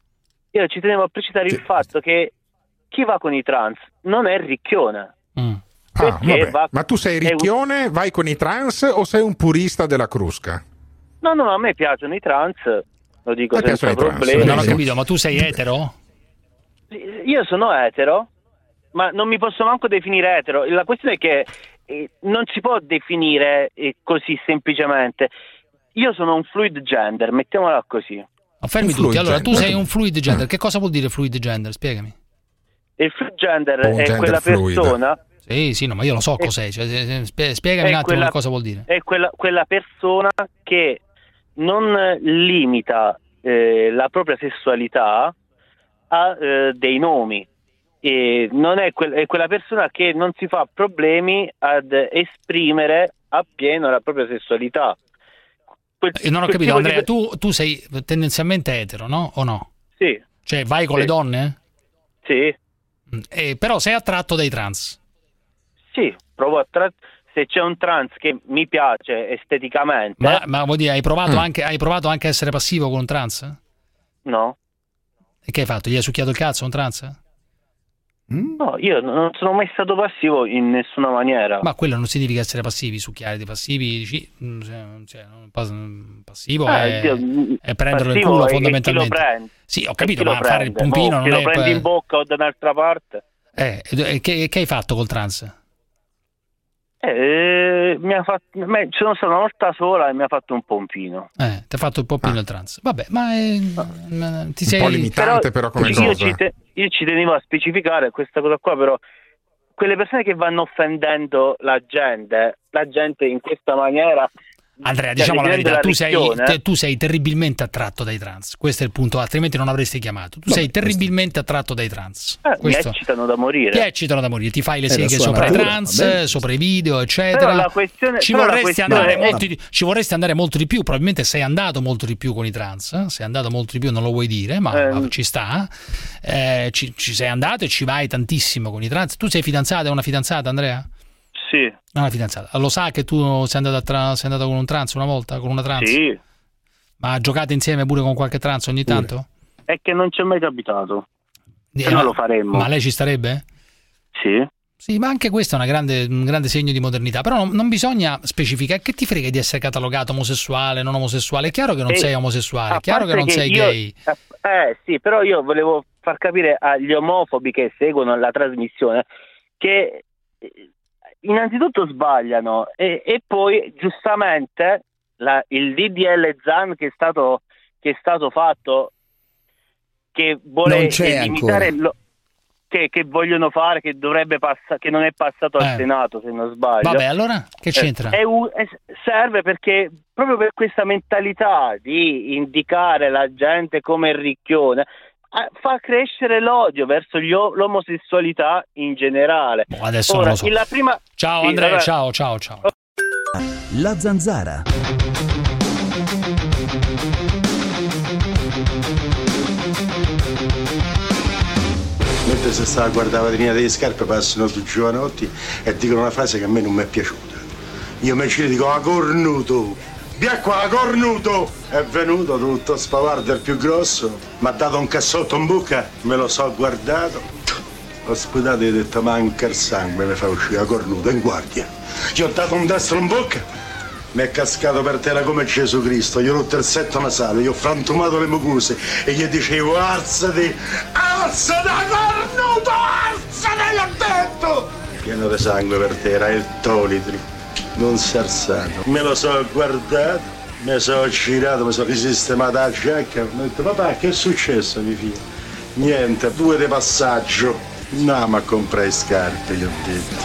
io ci tenevo a precisare sì. il fatto che chi va con i trans non è Ricchione. Mm. Ah, vabbè. Va... Ma tu sei Ricchione, un... vai con i trans o sei un purista della Crusca? No, No, no, a me piacciono i trans, lo dico senza problemi. Non ho capito, ma tu sei etero? Io sono etero, ma non mi posso manco definire etero. La questione è che eh, non si può definire eh, così semplicemente. Io sono un fluid gender, mettiamola così. Ma fermi tutti, allora tu sei un fluid gender, che cosa vuol dire fluid gender? Spiegami. Il fluid gender oh, è gender quella fluid. persona... Sì, sì, no, ma io lo so è, cos'è, cioè, spiegami un attimo quella, che cosa vuol dire. È quella, quella persona che non limita eh, la propria sessualità a eh, dei nomi. E non è, que- è quella persona che non si fa problemi ad esprimere appieno la propria sessualità. Quel, eh, non ho capito, Andrea, di... tu, tu sei tendenzialmente etero, no? O no? Sì. Cioè vai con sì. le donne? Sì. Eh, però sei attratto dai trans? Sì, provo a tra... se c'è un trans che mi piace esteticamente. Ma, ma vuol dire, hai provato, mm. anche, hai provato anche a essere passivo con un trans? No. E che hai fatto? Gli hai succhiato il cazzo a un trans? No, io non sono mai stato passivo in nessuna maniera. Ma quello non significa essere passivi, succhiare dei passivi, dici, cioè, passivo eh, è, Dio, è prenderlo il culo fondamentalmente. Chi lo prende? Sì, ho capito, ma fare il pompino oh, non lo è... lo prendi in bocca o da un'altra parte? Eh, e che, che hai fatto col trans? Eh, mi ha fatto, me, sono stato una volta sola e mi ha fatto un pompino. Eh, ti ha fatto il pompino ah. il trans. Vabbè, ma è, ma ti sei... un po' limitante però, però come io cosa. Ci te, io ci tenevo a specificare questa cosa qua, però quelle persone che vanno offendendo la gente, la gente in questa maniera... Andrea, diciamo la verità, la tu, sei, te, tu sei terribilmente attratto dai trans, questo è il punto, altrimenti non avresti chiamato. Tu Vabbè, sei terribilmente questo... attratto dai trans. Eh, mi eccitano da morire. Ti eccitano da morire, ti fai le seghe sopra i trans, sopra i video, eccetera. La questione, ci, vorresti andare è... molto di, ci vorresti andare molto di più, probabilmente sei andato molto di più con i trans, eh? sei andato molto di più, non lo vuoi dire, ma, eh. ma ci sta. Eh, ci, ci sei andato e ci vai tantissimo con i trans. Tu sei fidanzata, è una fidanzata, Andrea? Sì. Una fidanzata. Lo sa che tu sei andato, tra... sei andato con un trans una volta? Con una trans? Sì. Ma giocate insieme pure con qualche trans ogni pure. tanto? È che non ci è mai capitato. Eh, se no lo faremmo. Ma lei ci starebbe? Sì. Sì, ma anche questo è una grande, un grande segno di modernità. Però non, non bisogna specificare. Che ti frega di essere catalogato omosessuale, non omosessuale? È chiaro che non e, sei omosessuale, è chiaro che non che sei io, gay. Eh sì, però io volevo far capire agli omofobi che seguono la trasmissione che... innanzitutto sbagliano e, e poi giustamente la, il D D L Zan che è stato che è stato fatto che vuole limitare lo, che, che vogliono fare che dovrebbe passare che non è passato al eh. Senato se non sbaglio. Vabbè, allora che c'entra? È, è, è, serve perché proprio per questa mentalità di indicare la gente come ricchione fa crescere l'odio verso gli o- l'omosessualità in generale. Oh, adesso Ora, non lo so. la prima... Ciao sì, Andrea, allora... ciao, ciao, ciao. La Zanzara. Mentre si stava a guardare la vetrina delle scarpe passano due giovanotti e dicono una frase che a me non mi è piaciuta. Io mi ci dico a cornuto. Via qua, cornuto! È venuto tutto spavardo, il più grosso, mi ha dato un cassotto in bocca, me lo so guardato, ho sputato e ho detto manca il sangue, mi fa uscire a cornuto in guardia. Gli ho dato un destro in bocca, mi è cascato per terra come Gesù Cristo, gli ho rotto il setto nasale, gli ho frantumato le mucose e gli dicevo alzati, alzati a cornuto, alzati, gli ho detto! Pieno di sangue per terra, il tolitri. Non si è alzato, me lo so guardato, mi sono girato, mi sono risistemato la giacca, mi ho detto papà che è successo mio figlio? Niente, due di passaggio, no ma comprai scarpe, gli ho detto.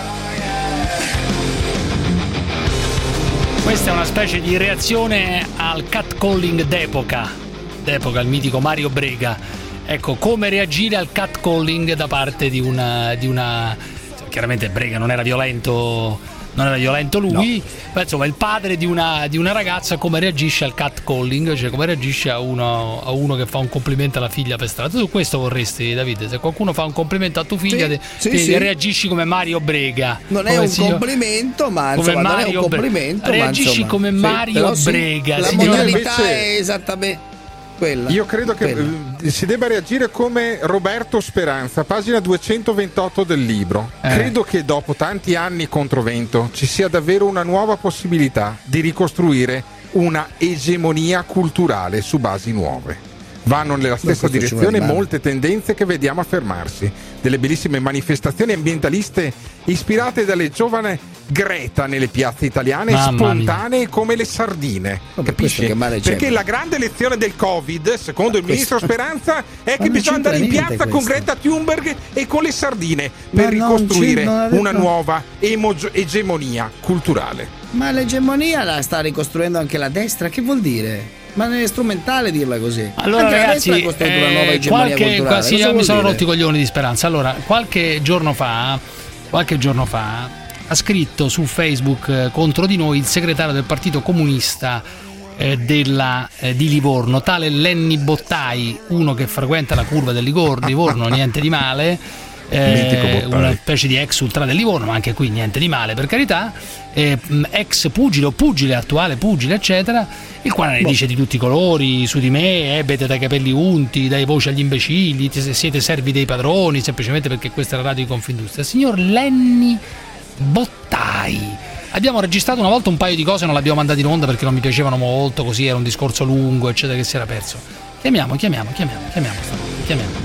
Questa è una specie di reazione al catcalling d'epoca, d'epoca, il mitico Mario Brega. Ecco, come reagire al catcalling da parte di una, di una... chiaramente Brega non era violento... non era violento lui, no. Ma insomma il padre di una, di una ragazza come reagisce al catcalling, cioè come reagisce a uno, a uno che fa un complimento alla figlia per strada. Tu su questo vorresti, Davide, se qualcuno fa un complimento a tua figlia, sì, te, sì, te, sì. reagisci come Mario Brega. Non è un signor, complimento, ma insomma, non è un complimento, Bre- reagisci ma, come Mario sì, Brega. La signor. modalità invece... è esattamente quella. Io credo che quella. si debba reagire come Roberto Speranza, pagina duecentoventotto del libro. Eh. Credo che dopo tanti anni contro vento ci sia davvero una nuova possibilità di ricostruire una egemonia culturale su basi nuove. Vanno nella stessa Beh, direzione molte tendenze che vediamo affermarsi, delle bellissime manifestazioni ambientaliste ispirate dalle giovani Greta nelle piazze italiane, Mamma spontanee mia. come le sardine. Vabbè, Capisci? che male c'è. Perché la grande lezione del Covid, secondo il ministro Speranza, è che non bisogna c'entra andare in niente piazza con questo. Greta Thunberg e con le sardine per Ma non ricostruire ci- non ha detto- una nuova emo- egemonia culturale. Ma l'egemonia la sta ricostruendo anche la destra, che vuol dire? Ma è strumentale dirla così. Allora Anche la ragazzi, destra ha costruito una nuova eh, egemonia qualche, culturale. quasi Cosa mi vuol sono dire? rotti i coglioni di Speranza. Allora, qualche giorno fa, qualche giorno fa ha scritto su Facebook eh, contro di noi il segretario del Partito Comunista eh, della, eh, di Livorno, tale Lenny Bottai, uno che frequenta la curva del Livorno, Livorno niente di male. Eh, una specie di ex ultra del Livorno, ma anche qui niente di male per carità, eh, ex pugile o pugile, attuale pugile eccetera, il quale ne dice di tutti i colori su di me, eh, bete dai capelli unti, dai voci agli imbecilli, siete servi dei padroni semplicemente perché questa è la radio di Confindustria. Signor Lenny Bottai, abbiamo registrato una volta un paio di cose, non l'abbiamo mandato in onda perché non mi piacevano molto, così era un discorso lungo eccetera che si era perso. Chiamiamo, chiamiamo, chiamiamo, chiamiamo stavolta, chiamiamo.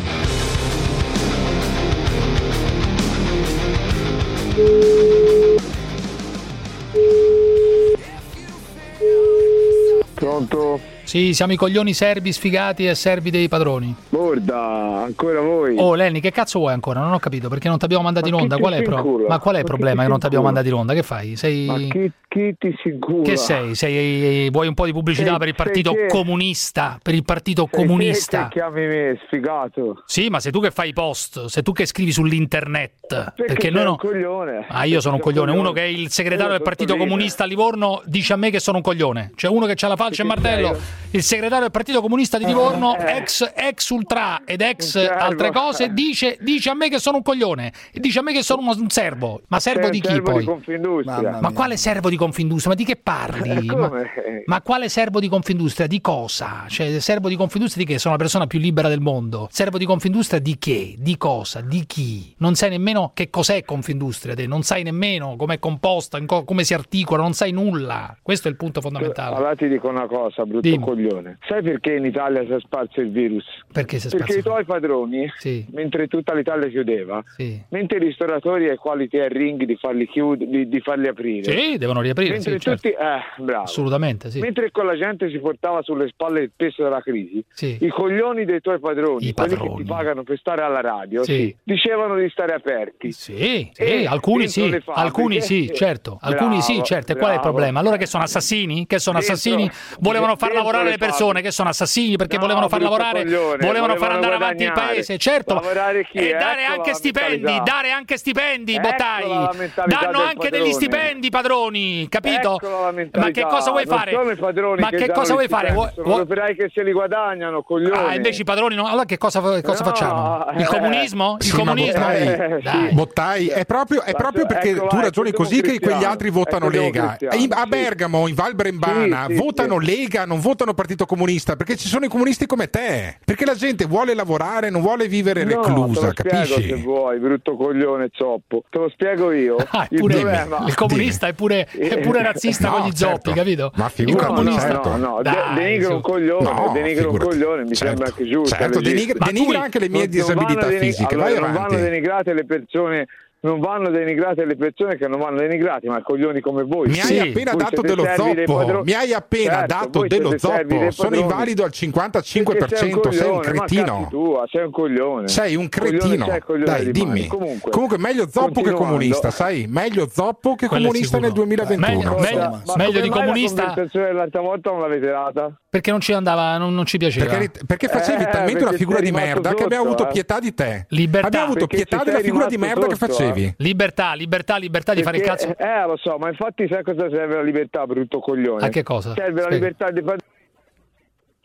Pronto? Sì, siamo i coglioni serbi sfigati e servi dei padroni. Borda, ancora voi? Oh Lenny, che cazzo vuoi ancora? Non ho capito perché non ti abbiamo mandato in onda. Qual è il pro- Ma qual è il problema che non ti abbiamo mandato in onda? Che fai? Sei Ma chi, chi ti sicura? Che sei? Sei vuoi un po' di pubblicità Sei- per il Partito sei che- Comunista, per il Partito Sei Comunista. te che chiami me, sfigato. Sì, ma sei tu che fai i post, sei tu che scrivi sull'internet. Perché, sei noi un no- coglione. Ah, io sono un coglione. Uno che è il segretario del Partito Comunista a Livorno dice a me che sono un coglione. Cioè uno che c'ha la falce e il martello, il segretario del Partito Comunista di Livorno, ex, ex ultra ed ex altre cose, dice, dice a me che sono un coglione e dice a me che sono uno- un servo. Ma servo Sei di un chi servo poi? di Confindustria. Ma quale servo di Confindustria? Ma di che parli? Ma, Come? ma quale servo di Confindustria? Di cosa? Cioè, servo di Confindustria di che? Sono la persona più libera del mondo. Servo di Confindustria di che? Di cosa? Di chi? Non sai nemmeno che cos'è Confindustria, te. Non sai nemmeno com'è composta, in co- come si articola, non sai nulla. Questo è il punto fondamentale. Allora ti dico una cosa, brutto Dimmi. coglione. Sai perché in Italia si è sparso il virus? Perché si è Perché sparso? i tuoi padroni, Sì. mentre tutta l'Italia chiudeva, Sì. mentre i ristoratori ai quali ti arringhi di farli chiudere, di, di farli aprire. Sì, devono riaprire, Mentre sì, certo. tutti, eh, bravo. Assolutamente, sì. Mentre con la gente si portava sulle spalle il peso della crisi, Sì. i coglioni dei tuoi padroni, I quelli padroni. che ti pagano per stare alla radio, Sì. sì, dicevano di stare aperti. Sì, sì, E alcuni dentro sì, le fabbriche- alcuni sì, certo, alcuni sì, Bravo, certo. E qual è il bravo. problema? Allora che sono assassini? Che sono Dentro- assassini? Volevano far dentro lavorare le le persone, che sono assassini perché No, volevano far brutto lavorare, coglione, volevano far volevano andare avanti il guadagnare. paese, certo. Lavorare chi? E dare Eccola anche la stipendi, mentalità. dare anche stipendi, Eccola Bottai. la mentalità Danno del anche degli padrone. stipendi, padroni, capito? Eccola la Ma mentalità. che cosa vuoi Non fare? sono i padroni Ma che che danno cosa gli vuoi fare? stipendi, Vuoi- sono vuoi- gli operai che se li guadagnano, coglioni. Ah, invece i padroni no. Allora che cosa, cosa No, facciamo? Il eh, comunismo? Il Sì, ma comunismo? Bottai, Eh, Dai. Bottai, è proprio, è proprio perché ecco, tu ecco, ragioni ecco, così che cristiano, quegli altri votano ecco, Lega. cristiano, In- a sì. Bergamo, in Val Brembana, Sì, sì, votano sì. Lega, non votano Partito Comunista, perché ci sono i comunisti come te. Perché la gente vuole lavorare, non vuole vivere No, reclusa, te lo spiego se capisci? vuoi, brutto coglione zoppo. Te lo spiego io. Ah, Il pure, problema- il comunista è pure, è pure razzista No, con gli certo. zoppi, capito? Ma il figurati, comunista. certo. No, no, de- Dai, denigra su. un coglione, No, denigra un figurati. coglione, mi Certo, sembra anche giusto. certo, legittima. denigra, Ma denigra tu- anche le mie Non- non disabilità vanno denig- fisiche, allora, vai non avanti. vanno denigrate le persone, non vanno denigrate le persone che non vanno denigrate, ma coglioni come voi. Mi Sì. hai appena Voi dato siete dello servi dei zoppo, padroni. mi hai appena Certo, dato voi dello siete servi zoppo, dei sono padroni. invalido al cinquantacinque per cento, Perché sei un coglione, ma cretino. cazzi tua, sei un coglione. Sei un Coglione cretino. sei, coglione Dai, rimani. dimmi. Comunque, Comunque meglio zoppo che continuando. comunista, sai? Meglio zoppo che Quello è comunista sicuro. nel duemilaventuno. Meglio- meglio- Ma meglio come di mai comunista? La conversazione dell'altra volta non l'avete data? Perché non ci andava, non, non ci piaceva. Perché, perché facevi Eh, talmente una perché figura sei di rimasto merda che abbiamo sotto, avuto eh. pietà di te. Libertà. Abbiamo avuto Perché pietà ci della sei figura di rimasto merda che sotto, facevi. Libertà, libertà, libertà di fare il Perché- cazzo. Eh, lo so, ma infatti sai cosa serve la libertà, brutto coglione? A che cosa? Serve la Spiega. libertà di fare...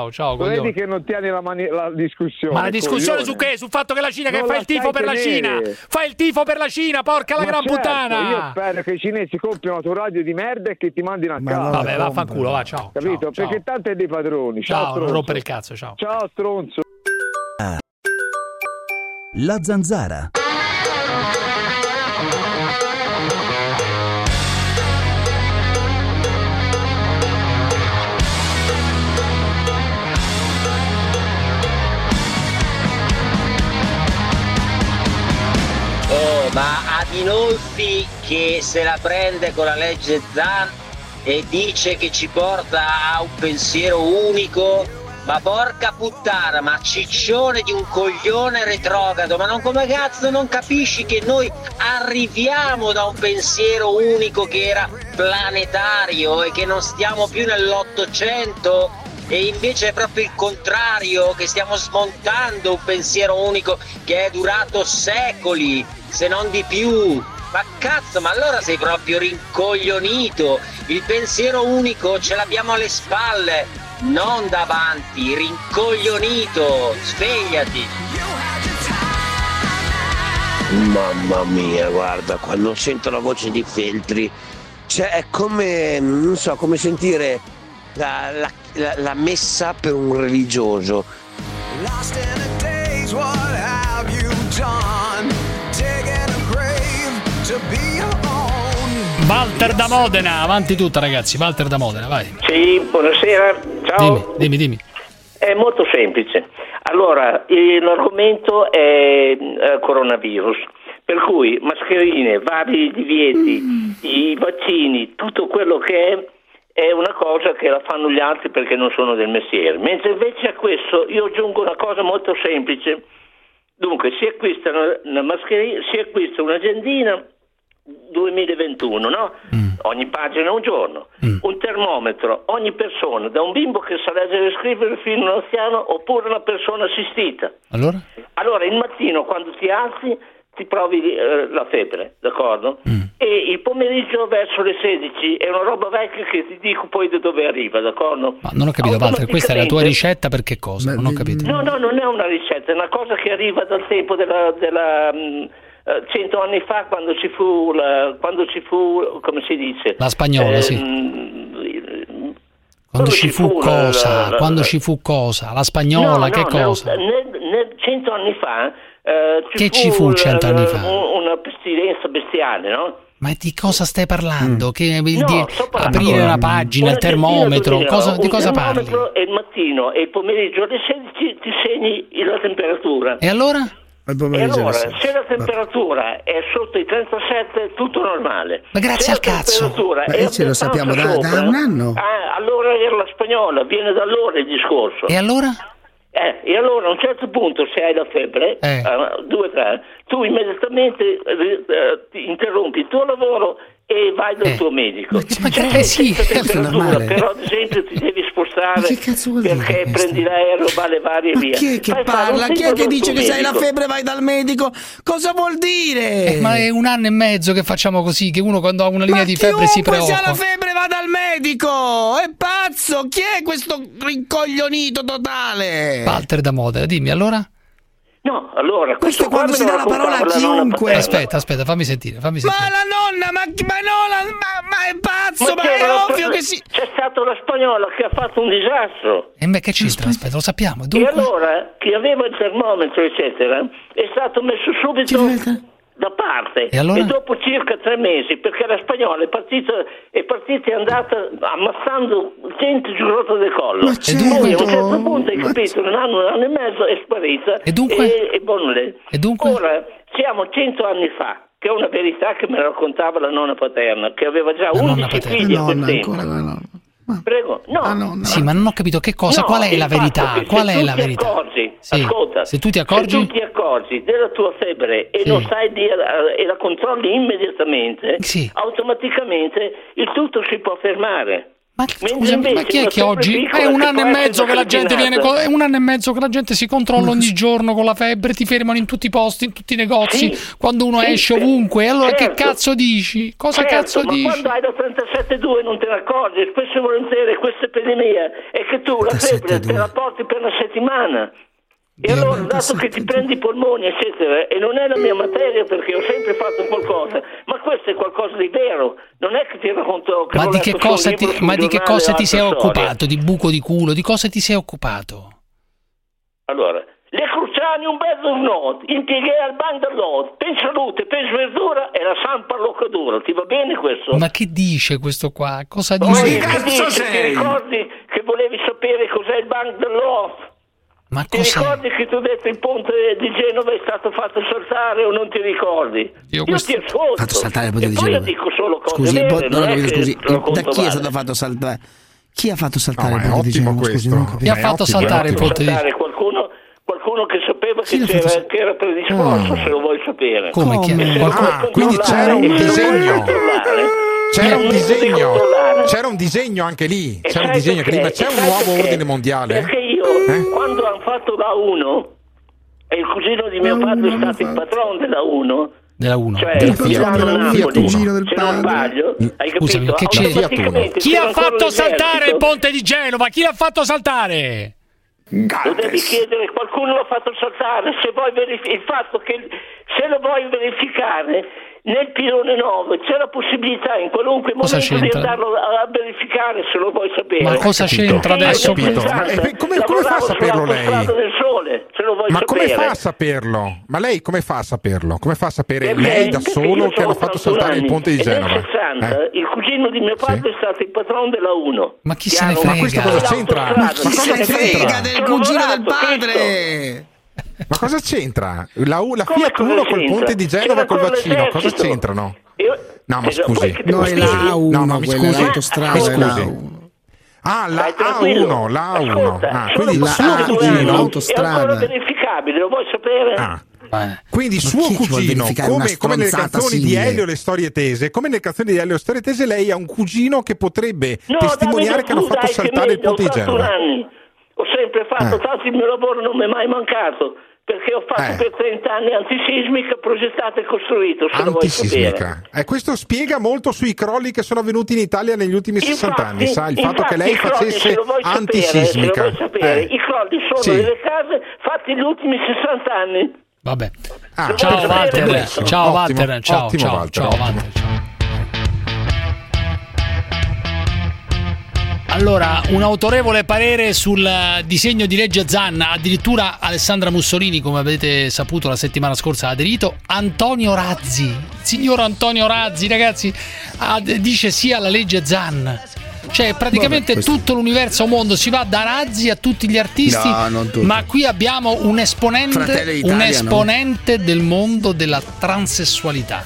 ciao, ciao. Vedi coglione. che non tieni la, mani- la discussione. Ma la discussione coglione. su che? Sul fatto che la Cina Non che fa la il tifo sai per la tenere. Cina. Fai il tifo per la Cina, porca la Ma gran certo, puttana. Io spero che i cinesi comprino la tua radio di merda e che ti mandino a Ma casa. no, Vabbè, vaffanculo, va, ciao. Capito? Ciao, Perché tanto è dei padroni. Ciao, ciao, non stronzo. rompere il cazzo, ciao. Ciao, stronzo. La Zanzara. Oh, ma Adinolfi che se la prende con la legge Zan e dice che ci porta a un pensiero unico Ma porca puttana, ma ciccione di un coglione retrogrado, ma non come cazzo non capisci che noi arriviamo da un pensiero unico che era planetario e che non stiamo più nell'Ottocento e invece è proprio il contrario, che stiamo smontando un pensiero unico che è durato secoli, se non di più. Ma cazzo, ma allora sei proprio rincoglionito, il pensiero unico ce l'abbiamo alle spalle. Non davanti, rincoglionito, svegliati. Mamma mia, guarda, quando sento la voce di Feltri, cioè è come, non so, come sentire la, la, la, la messa per un religioso. Lost in the days, what have you done? Taking a grave to be your own. Walter da Modena, avanti tutta ragazzi, Walter da Modena, vai. Sì, buonasera, ciao. Dimmi, dimmi, dimmi. È molto semplice. Allora, l'argomento è eh, coronavirus, per cui mascherine, vari divieti, mm. i vaccini, tutto quello che è, è una cosa che la fanno gli altri perché non sono del mestiere. Mentre invece a questo io aggiungo una cosa molto semplice. Dunque, si acquista una, una mascherina, si acquista un'agendina duemilaventuno, no? Mm. Ogni pagina un giorno, mm. un termometro, ogni persona, da un bimbo che sa leggere e scrivere fino a un anziano oppure una persona assistita. Allora? Allora il mattino quando ti alzi ti provi eh, la febbre, d'accordo? Mm. E il pomeriggio verso le sedici è una roba vecchia che ti dico poi da dove arriva, d'accordo? Ma non ho capito, Walter, questa è la tua ricetta per che cosa? Non ho capito. No, no, non è una ricetta, è una cosa che arriva dal tempo della... della mh, cento anni fa quando ci fu la, quando ci fu come si dice la spagnola eh, sì quando, quando ci fu, fu cosa la, la, quando la, ci fu cosa la spagnola no, che no, cosa nel, nel cento anni fa eh, ci che fu ci fu cento anni fa una pestilenza bestiale, no? Ma di cosa stai parlando? Mm. Che no, di aprire una pagina, una il termometro, cosa, di cosa parli? E il mattino e il pomeriggio alle sedici ti segni la temperatura. E allora? E allora, se la temperatura è sotto i trentasette, tutto normale. Ma grazie se al cazzo. Ma eh, ce lo sappiamo da, sopra, da un anno. Ah, allora era la spagnola, viene da allora il discorso. E allora? Eh, e allora a un certo punto, se hai la febbre, eh. uh, due tre, tu immediatamente uh, ti interrompi il tuo lavoro e vai dal eh. tuo medico. Ma, ma cioè, eh, sì, è normale. Però ad esempio ti devi spostare perché prendi l'aereo, va le varie ma via. Chi è che Fai parla? Chi è che dice che medico. se hai la febbre vai dal medico? Cosa vuol dire? Eh, ma è un anno e mezzo che facciamo così, che uno quando ha una linea ma di febbre si preoccupa. Ma se ha la febbre va dal medico! È pazzo! Chi è questo rincoglionito totale? Walter da Modena, dimmi allora? No, allora questo, questo quando si dà la parola a chiunque. Aspetta, aspetta, fammi sentire, fammi sentire. Ma la nonna, ma, ma no, la, ma, ma è pazzo, ma, ma è ovvio la, che si. C'è stata la spagnola che ha fatto un disastro. E beh, che c'entra? Aspetta, lo sappiamo. Dunque... E allora chi aveva il termometro, eccetera, è stato messo subito da parte. E, allora? E dopo circa tre mesi, perché la spagnola è partita è partita e è andata ammazzando gente giù rotto del collo. Ma e poi a un certo punto hai capito, un anno, un anno e mezzo è sparita. E dunque? E, e, bonne. E dunque? Ora siamo cento anni fa, che è una verità che mi raccontava la nonna paterna, che aveva già la undici figli a quel tempo. Ancora la nonna. Prego, no. Ah, no, no. Sì, ma non ho capito che cosa, no, qual è la verità? Qual è la verità? Accorgi, sì. Ascolta, se tu ti accorgi, se tu ti accorgi della tua febbre e sì. non sai di, e la controlli immediatamente, sì. automaticamente il tutto si può fermare. Ma, scusa, ma chi è che oggi è un anno e mezzo che la gente viene co- è un anno e mezzo che la gente si controlla ogni giorno con la febbre, ti fermano in tutti i posti, in tutti i negozi, sì, quando uno sì, esce ovunque. Allora certo, che cazzo dici? Cosa certo, cazzo ma dici? Quando hai la trentasette virgola due non te ne accorgi, spesso e volentieri questa epidemia è che tu la febbre te la porti per una settimana. E allora, dato che ti prendi i polmoni, eccetera, e non è la mia materia perché ho sempre fatto qualcosa, ma questo è qualcosa di vero, non è che ti racconto che ma di che cosa ti, ma di che cosa ti sei storia. occupato? Di buco di culo? Di cosa ti sei occupato? Allora, le Cruciani un bello note, impieghi al Bandalot, per salute, per sverdura e la Sampa Locadura, ti va bene questo? Ma che dice questo qua? Cosa dice? dice? Che cazzo sei? Ti ricordi che volevi sapere cos'è il Bandalot? Ma ti cos'è? ricordi che tu hai detto il ponte di Genova è stato fatto saltare o non ti ricordi? Io, io ti ascolto. Fatto saltare il ponte e di poi Genova. io dico solo cose scusi, vere, po- non no, è scusi, da chi male. è stato fatto saltare? Chi ha fatto saltare no, il ponte di Genova? Scusi, non Chi ha fatto saltare il ponte di Genova? Qualcuno, qualcuno che sapeva che, c'era, che era predisposto, oh. se lo vuoi sapere. Come? Come? Ah, quindi c'era un disegno. C'era un disegno, c'era un disegno anche lì, c'era un disegno anche lì, ma c'è un nuovo ordine mondiale? Perché io, eh? quando hanno fatto la uno, e il cugino di mio padre è stato il patrono della uno, della uno, cioè della Milano Fiat, cugino del se non sbaglio, hai Scusami, capito? che c'è? Chi ha fatto saltare il ponte di Genova? Chi l'ha fatto saltare? Lo devi chiedere, qualcuno l'ha fatto saltare. Se vuoi verifi- il fatto che se lo vuoi verificare nel pilone nove c'è la possibilità in qualunque cosa momento c'entra? di andarlo a verificare, se lo vuoi sapere. Ma cosa c'entra adesso? Ma eh, come, come fa a saperlo lei? Del sole, se lo vuoi Ma sapere. come fa a saperlo? Ma lei come fa a saperlo? Come fa a sapere Perché, lei da solo che hanno fatto saltare il ponte di Genova? Nel sessanta eh? il cugino di mio padre sì. è stato il patrono della uno. Ma chi se ne frega? Ma questo cosa c'entra? Ma chi se ne frega del cugino del padre? Ma cosa c'entra? La, U, la Fiat uno col ponte di Genova col vaccino, cosa c'entrano? Io, no, ma scusi. No, è la A uno, no, ma mi quella, scusi. l'autostrada Mi è la scusi. A uno. Ah, la Stai A uno, la A uno. Ascolta, Ah, quindi il la suo A uno, cugino. l'autostrada. È ancora verificabile, lo vuoi sapere? Ah. Eh. Quindi Ma suo chi vuol cugino, verificare come, una come nelle stronzata canzoni di simile? Elio le storie tese, come nelle canzoni di Elio le storie tese, lei ha un cugino che potrebbe No, testimoniare dammi che hanno tu, fatto dai, saltare che il ponte di meglio, ho fatto Genova. anni. Ho sempre fatto, Eh. tanto il mio lavoro non mi è mai mancato, perché ho fatto Eh. per trenta anni antisismica, progettato e costruito, se lo vuoi sapere. Antisismica. E questo spiega molto sui crolli che sono avvenuti in Italia negli ultimi sessanta anni, sa? Il fatto che lei i crolli, facesse se lo vuoi sapere, antisismica. se lo vuoi sapere, Eh. i crolli sono Sì. delle case fatte negli ultimi sessanta anni. Vabbè. Ah, ciao ottimo, Walter, ottimo, ciao ottimo, Walter, ciao, ottimo, ciao, Walter, ciao ottimo. Walter, ciao. Allora, un autorevole parere sul disegno di legge Zan, addirittura Alessandra Mussolini, come avete saputo la settimana scorsa, ha aderito. Antonio Razzi, signor Antonio Razzi, ragazzi, ha, dice sì alla legge Zan. Cioè, praticamente Vabbè, questo... tutto l'universo mondo si va da Razzi a tutti gli artisti, no, non tutti. ma qui abbiamo un esponente, un esponente no? del mondo della transessualità.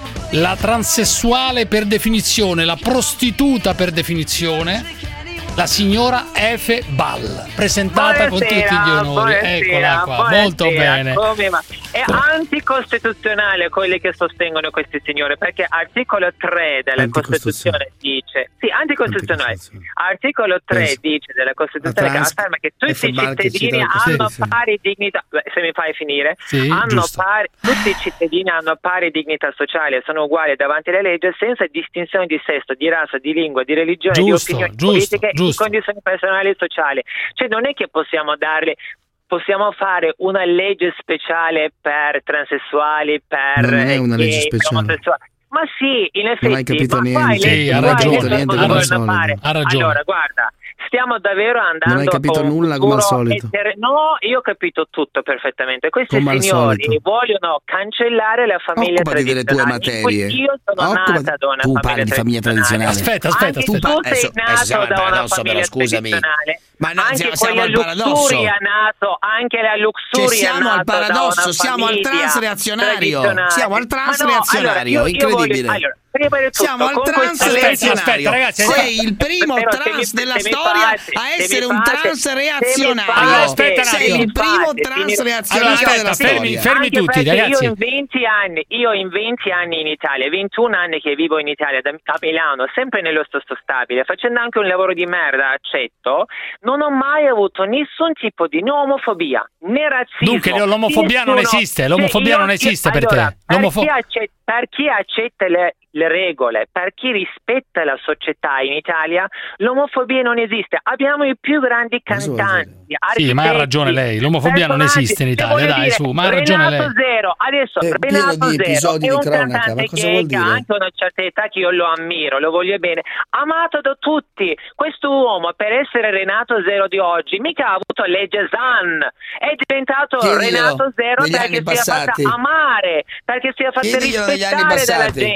La transessuale per definizione, la prostituta per definizione, la signora Efe Ball, presentata buonasera, con tutti gli onori. Eccola qua, molto bene. Come ma è anticostituzionale quelli che sostengono questi signori, perché articolo tre della Costituzione dice sì, anticostituzionale. Articolo tre dice della Costituzione che afferma che tutti i cittadini hanno sì, pari sì. dignità. Se mi fai finire, sì, hanno pari, tutti i cittadini hanno pari dignità sociale, sono uguali davanti alla legge senza distinzione di sesso, di razza, di lingua, di religione, giusto, di opinioni giusto, politiche, giusto. di condizioni personali e sociali. Cioè non è che possiamo darle possiamo fare una legge speciale per transessuali, per non è una gay, legge speciale. omosessuali. Ma sì, in effetti, non hai capito ma niente. Sì, ha ragione, niente, ha ragione, fare. ha ragione. Allora, guarda, stiamo davvero andando. Non hai capito nulla come al solito. Eter- no, io ho capito tutto perfettamente. Questi come signori vogliono cancellare la famiglia Occupati delle tue materie. Io sono Occupati... nata da una tu famiglia parli di famiglia tradizionale. Aspetta, aspetta, Anche aspetta. tu adesso, sei nato siamo da al una paradosso, famiglia però scusami. tradizionale. Ma no, anche siamo al paradosso. Luxuria nato, anche la Luxuria cioè, siamo al paradosso, siamo al transreazionario. Siamo al transreazionario, incredibile. Allora, prima di tutto, siamo al transreazionario. Ragazzi, sei il primo però trans se mi, della se storia fate, a essere un fate, transreazionario. Allora, aspetta, sei il primo transreazionario allora, della fermi, storia. fermi Anche tutti, ragazzi. Io in venti anni, io in venti anni in Italia, ventuno anni che vivo in Italia, da, a Milano, sempre nello stesso stabile, facendo anche un lavoro di merda, accetto, non ho mai avuto nessun tipo di né omofobia né razzismo. Dunque l'omofobia non esiste, l'omofobia non esiste per te. Per chi accetta, per chi accetta le, le regole, per chi rispetta la società in Italia, l'omofobia non esiste. Abbiamo i più grandi cantanti. Sì, ma ha ragione lei, l'omofobia non esiste in Italia, dai, dire, su, ma ha ragione lei. Renato Zero, adesso è Renato di Zero è un cronaca, cantante che, che ha anche una certa età che io lo ammiro, lo voglio bene, amato da tutti. Questo uomo, per essere Renato Zero di oggi, mica ha avuto legge Zan, è diventato Chiediglielo Renato Zero negli perché anni si è fatto passati. amare, perché si è fatto Chiediglielo negli anni rispettare dalla passati. gente.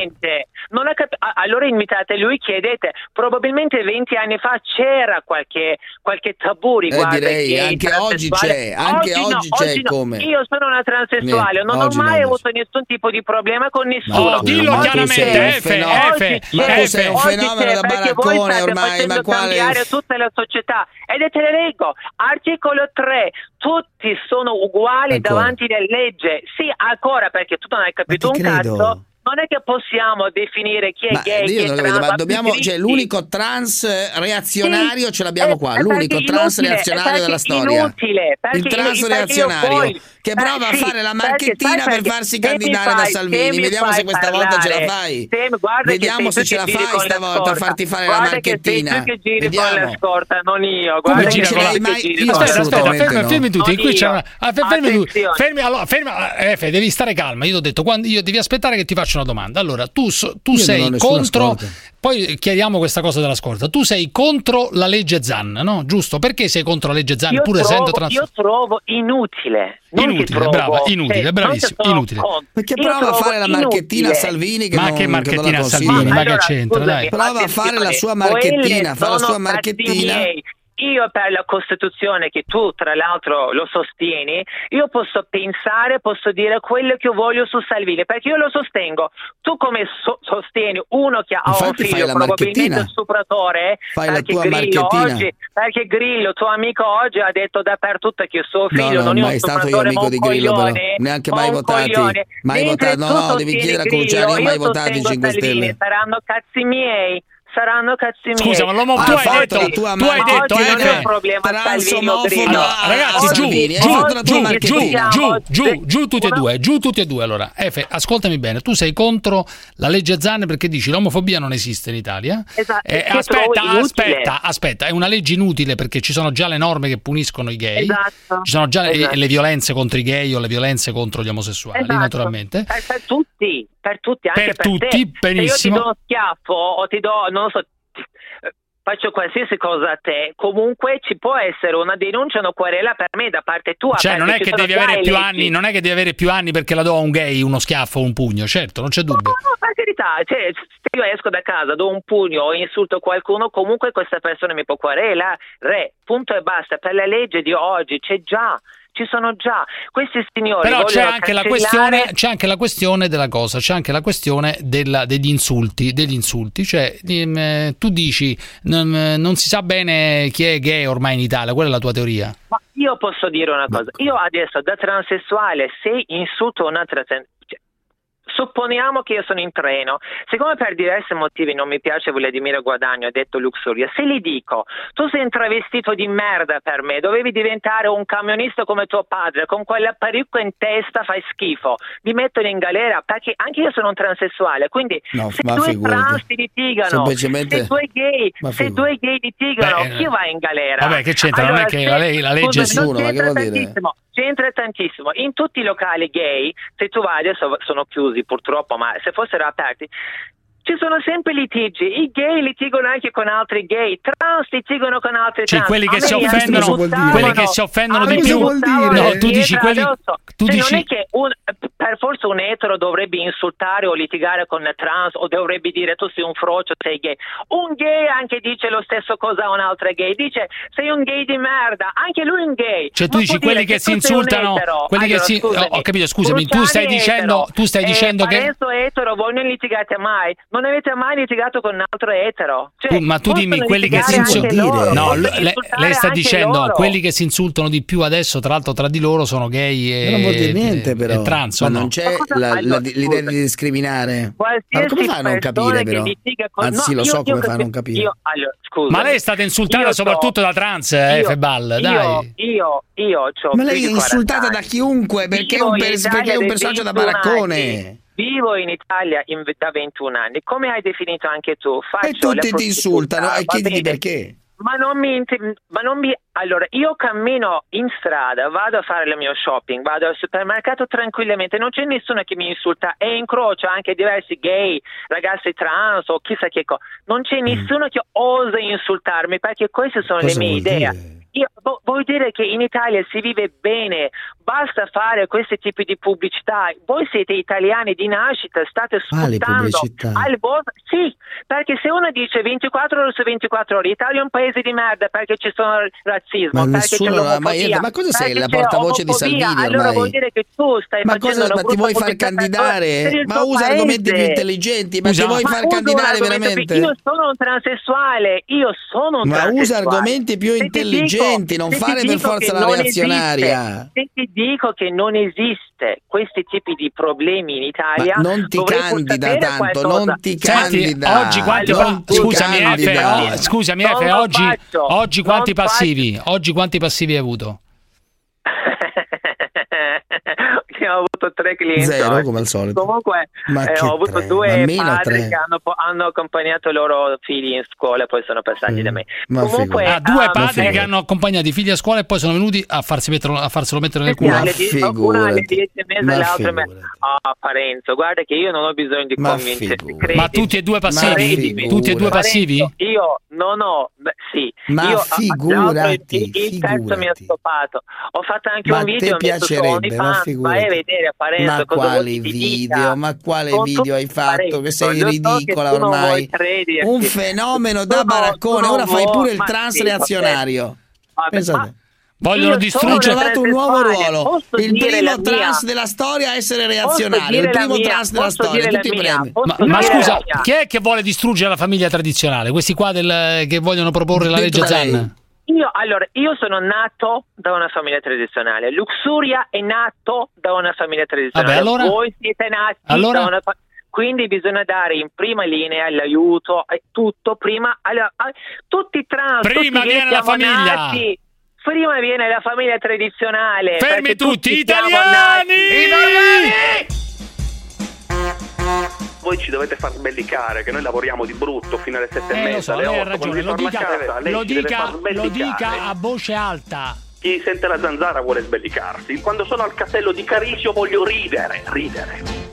capire. Non ha cap- allora invitate lui, chiedete, probabilmente venti anni fa c'era qualche, qualche tabù riguardo eh, direi, gay, anche oggi c'è, anche oggi, oggi no, c'è oggi come. No. Io sono una transessuale, Niente, non ho mai no, avuto nessun tipo di problema con nessuno. No, dillo oggi chiaramente, F, F, F, ma tu sei un fenomeno da baraccone ormai, ma quale... cambiare tutta la società. Ed te le leggo, articolo tre, tutti sono uguali ancora davanti alla legge. Sì, ancora, perché tu non hai capito un credo. cazzo. Non è che possiamo definire chi è ma gay, chi è trans, capito, ma dobbiamo, cioè, l'unico trans reazionario sì, ce l'abbiamo qua, l'unico trans inutile, reazionario della storia. Inutile, il trans reazionario poi, che prova eh, sì, a fare la marchettina perché, per farsi candidare fai, da Salvini. Vediamo se questa parlare, volta ce la fai. Se, Vediamo se ce la fai stavolta a farti fare guarda la marchettina. Guarda che giri Vediamo. con la scorta, non io. Come Guarda gira che con la mai... Aspetta, aspetta, fermi, no. fermi tutti. Qui c'è una... ah, fermi tutti. Fermi, allora, fermi, eh, devi stare calma. Io ti ho detto, quando io devi aspettare che ti faccia una domanda. Allora, tu, tu sei contro. Scorta. Poi chiariamo questa cosa della scorta. Tu sei contro la legge Zan, no? Giusto? Perché sei contro la legge Zan? Io pur trovo, essendo trans... io trovo inutile. Non inutile, trovo, brava, inutile, cioè, bravissimo, inutile. Perché prova a fare la marchettina a Salvini che ma non, che marchettina a Salvini, ma, ma che c'entra, scusami, dai. Prova a fare la sua marchettina, fa la sua marchettina. Io per la Costituzione, che tu tra l'altro lo sostieni, io posso pensare, posso dire quello che io voglio su Salvini, perché io lo sostengo. Tu come so- sostieni uno che ha Infatti un figlio probabilmente un stupratore, fai perché la tua Grillo marchettina. oggi, perché Grillo, tuo amico oggi ha detto dappertutto che suo figlio no, no, non è un mai stato io stupratore, amico di Grillo, però neanche mai votati, mai votati. No, no, devi chiedere a Cruciani, io mai votati i cinque Stelle. Saranno cazzi miei. Saranno cazzi miei. Scusa, ma l'uomo, tu hai detto, tu hai detto, non è un problema. Allora, ragazzi, giù, giù, giù, giù, giù, giù, tutti e due, giù tutti e due. Allora, Efe, ascoltami bene, tu sei contro la legge Zan perché dici l'omofobia non esiste in Italia. Esatto. Eh, aspetta, aspetta, aspetta, è una legge inutile perché ci sono già le norme che puniscono i gay. Esatto. Ci sono già esatto. le, le violenze contro i gay o le violenze contro gli omosessuali, esatto. naturalmente. Per, per tutti, per tutti, anche per, per tutti, te. benissimo. Se io ti do uno schiaffo o ti do, non so, faccio qualsiasi cosa a te, comunque ci può essere una denuncia, una querela per me da parte tua. Cioè non è che devi avere più anni, non è che devi avere più anni perché la do a un gay uno schiaffo o un pugno, certo, non c'è dubbio. No, no, per carità, cioè, se io esco da casa, do un pugno o insulto qualcuno, comunque questa persona mi può querelare, re, punto e basta. Per la legge di oggi c'è già. Ci sono già questi signori. Però c'è anche, cancellare... la questione, c'è anche la questione della cosa, c'è anche la questione della, degli insulti, degli insulti. Cioè, eh, tu dici non, non si sa bene chi è gay ormai in Italia, quella è la tua teoria. Ma io posso dire una cosa, io adesso da transessuale, se insulto un'altra supponiamo che io sono in treno, siccome per diversi motivi non mi piace Vladimiro Guadagno, ha detto Luxuria, se gli dico tu sei un travestito di merda per me, dovevi diventare un camionista come tuo padre, con quella parrucca in testa fai schifo, mi mettono in galera, perché anche io sono un transessuale, quindi no, se due figurati. trans litigano, Semplicemente... se due gay, se due gay litigano, Beh, chi va in galera? Vabbè, che c'entra, allora, non è che se, la, lei, la legge scusa, è non c'entra tantissimo. C'entra tantissimo. In tutti i locali gay, se tu vai, adesso sono chiusi purtroppo, ma se fossero aperti, ci sono sempre litigi. I gay litigano anche con altri gay, trans litigano con altri cioè, trans. quelli che si offendono, quelli che si offendono di più. No, tu dici quelli. Tu cioè, dici... Non è che un, per forza un etero dovrebbe insultare o litigare con trans o dovrebbe dire tu sei un frocio, sei gay. Un gay anche dice lo stesso cosa a un altro gay. Dice sei un gay di merda, anche lui è un gay. Cioè tu non dici quelli che si insultano, quelli allora, che si scusami, ho capito, scusami, tu stai dicendo, etero. tu stai eh, dicendo che Parenzo etero, voi non litigate mai. Non avete mai litigato con un altro etero. Cioè, tu, ma tu dimmi quelli che si insultano. No, lei, lei sta dicendo loro. quelli che si insultano di più adesso, tra l'altro tra di loro sono gay e, non vuol dire niente, e, però. e trans. Ma no? non c'è la, la, l'idea di discriminare. Ma come fai a non capire, però? Con... Anzi, no, lo so io, come io fai a non capi... capire. Io, allora, scusa, ma lei è stata insultata soprattutto so... da trans, eh, io, Febal, dai. Io, io, io ma lei è insultata da chiunque perché è un, pers- perché è un personaggio da baraccone. Anni. Vivo in Italia in, da ventuno anni, come hai definito anche tu. Faccio e tutti ti insultano e chiediti perché. Ma non mi, ma non mi. Allora, io cammino in strada, vado a fare il mio shopping, vado al supermercato tranquillamente, non c'è nessuno che mi insulta e incrocio anche diversi gay, ragazzi trans o chissà che cosa. Non c'è nessuno mm. che osa insultarmi perché queste sono cosa le mie idee. Io, vo- vuol dire che in Italia si vive bene, basta fare questi tipi di pubblicità. Voi siete italiani di nascita, state sfruttando al vostro... Sì, perché se uno dice ventiquattro ore su ventiquattro ore, Italia è un paese di merda perché ci sono razzismo, ma perché c'è l'omofobia, ma cosa sei la portavoce di Salvini ormai? Allora vuol dire che tu stai ma facendo cosa, ma ti vuoi far candidare? Ma usa paese. argomenti più intelligenti, ma usa. ti vuoi ma far candidare veramente? Io sono un transessuale, io sono un ma transessuale. Ma usa argomenti più se intelligenti, dico, non fare per forza la reazionaria. Se ti dico che non esiste questi tipi di problemi in Italia, ma non ti candida tanto, non ti candida. Senti, oggi quanti pa- scusami candida. F, scusami F, oggi, oggi quanti non passivi? Faccio. Oggi quanti passivi hai avuto? Ho avuto tre clienti zero come al solito. Comunque eh, ho avuto tre? due padri che hanno, hanno accompagnato i loro figli in scuola e poi sono passati mm. da me. Ma Comunque ah, due padri che hanno accompagnato i figli a scuola e poi sono venuti a, farsi mettere, a farselo mettere nel culo. Una alle dieci e mezza e l'altra me... oh, Parenzo, guarda che io non ho bisogno di convincere. Ma tutti e due passivi? Tutti e due passivi? Parenzo, io non ho beh, sì, ma io figurati, il, il terzo mi ha stoppato. Ho fatto anche ma un video, mi piacerebbe, ma vai a vedere Parenzo, ma quali video, dica. ma quale con video hai fatto Parenzo, che sei ridicola so che ormai, un fenomeno da baraccone, ora fai pure il trans reazionario. Pensate. Vogliono distruggere. Ho trovato un nuovo ruolo, il primo trans mia. della storia a essere reazionario, il primo mia, trans della storia, tutti i premi. Ma, ma scusa, chi è che vuole distruggere la famiglia tradizionale? Questi qua del, che vogliono proporre la legge Zan? Io, allora, io sono nato da una famiglia tradizionale, Luxuria è nato da una famiglia tradizionale. Vabbè, allora? Voi siete nati allora? da una famiglia. Quindi bisogna dare in prima linea l'aiuto e tutto prima alla, a, tutti i trans, prima tutti viene la famiglia. Nati, prima viene la famiglia tradizionale. Fermi tutti, tutti italiani! Italiani! Voi ci dovete far sbellicare che noi lavoriamo di brutto fino alle sette eh, e mezza, so, alle lei otto. ha ragione, lo dica, casa, lei lo, ci deve dica, far lo dica a voce alta. Chi sente la zanzara vuole sbellicarsi. Quando sono al castello di Carisio voglio ridere, ridere.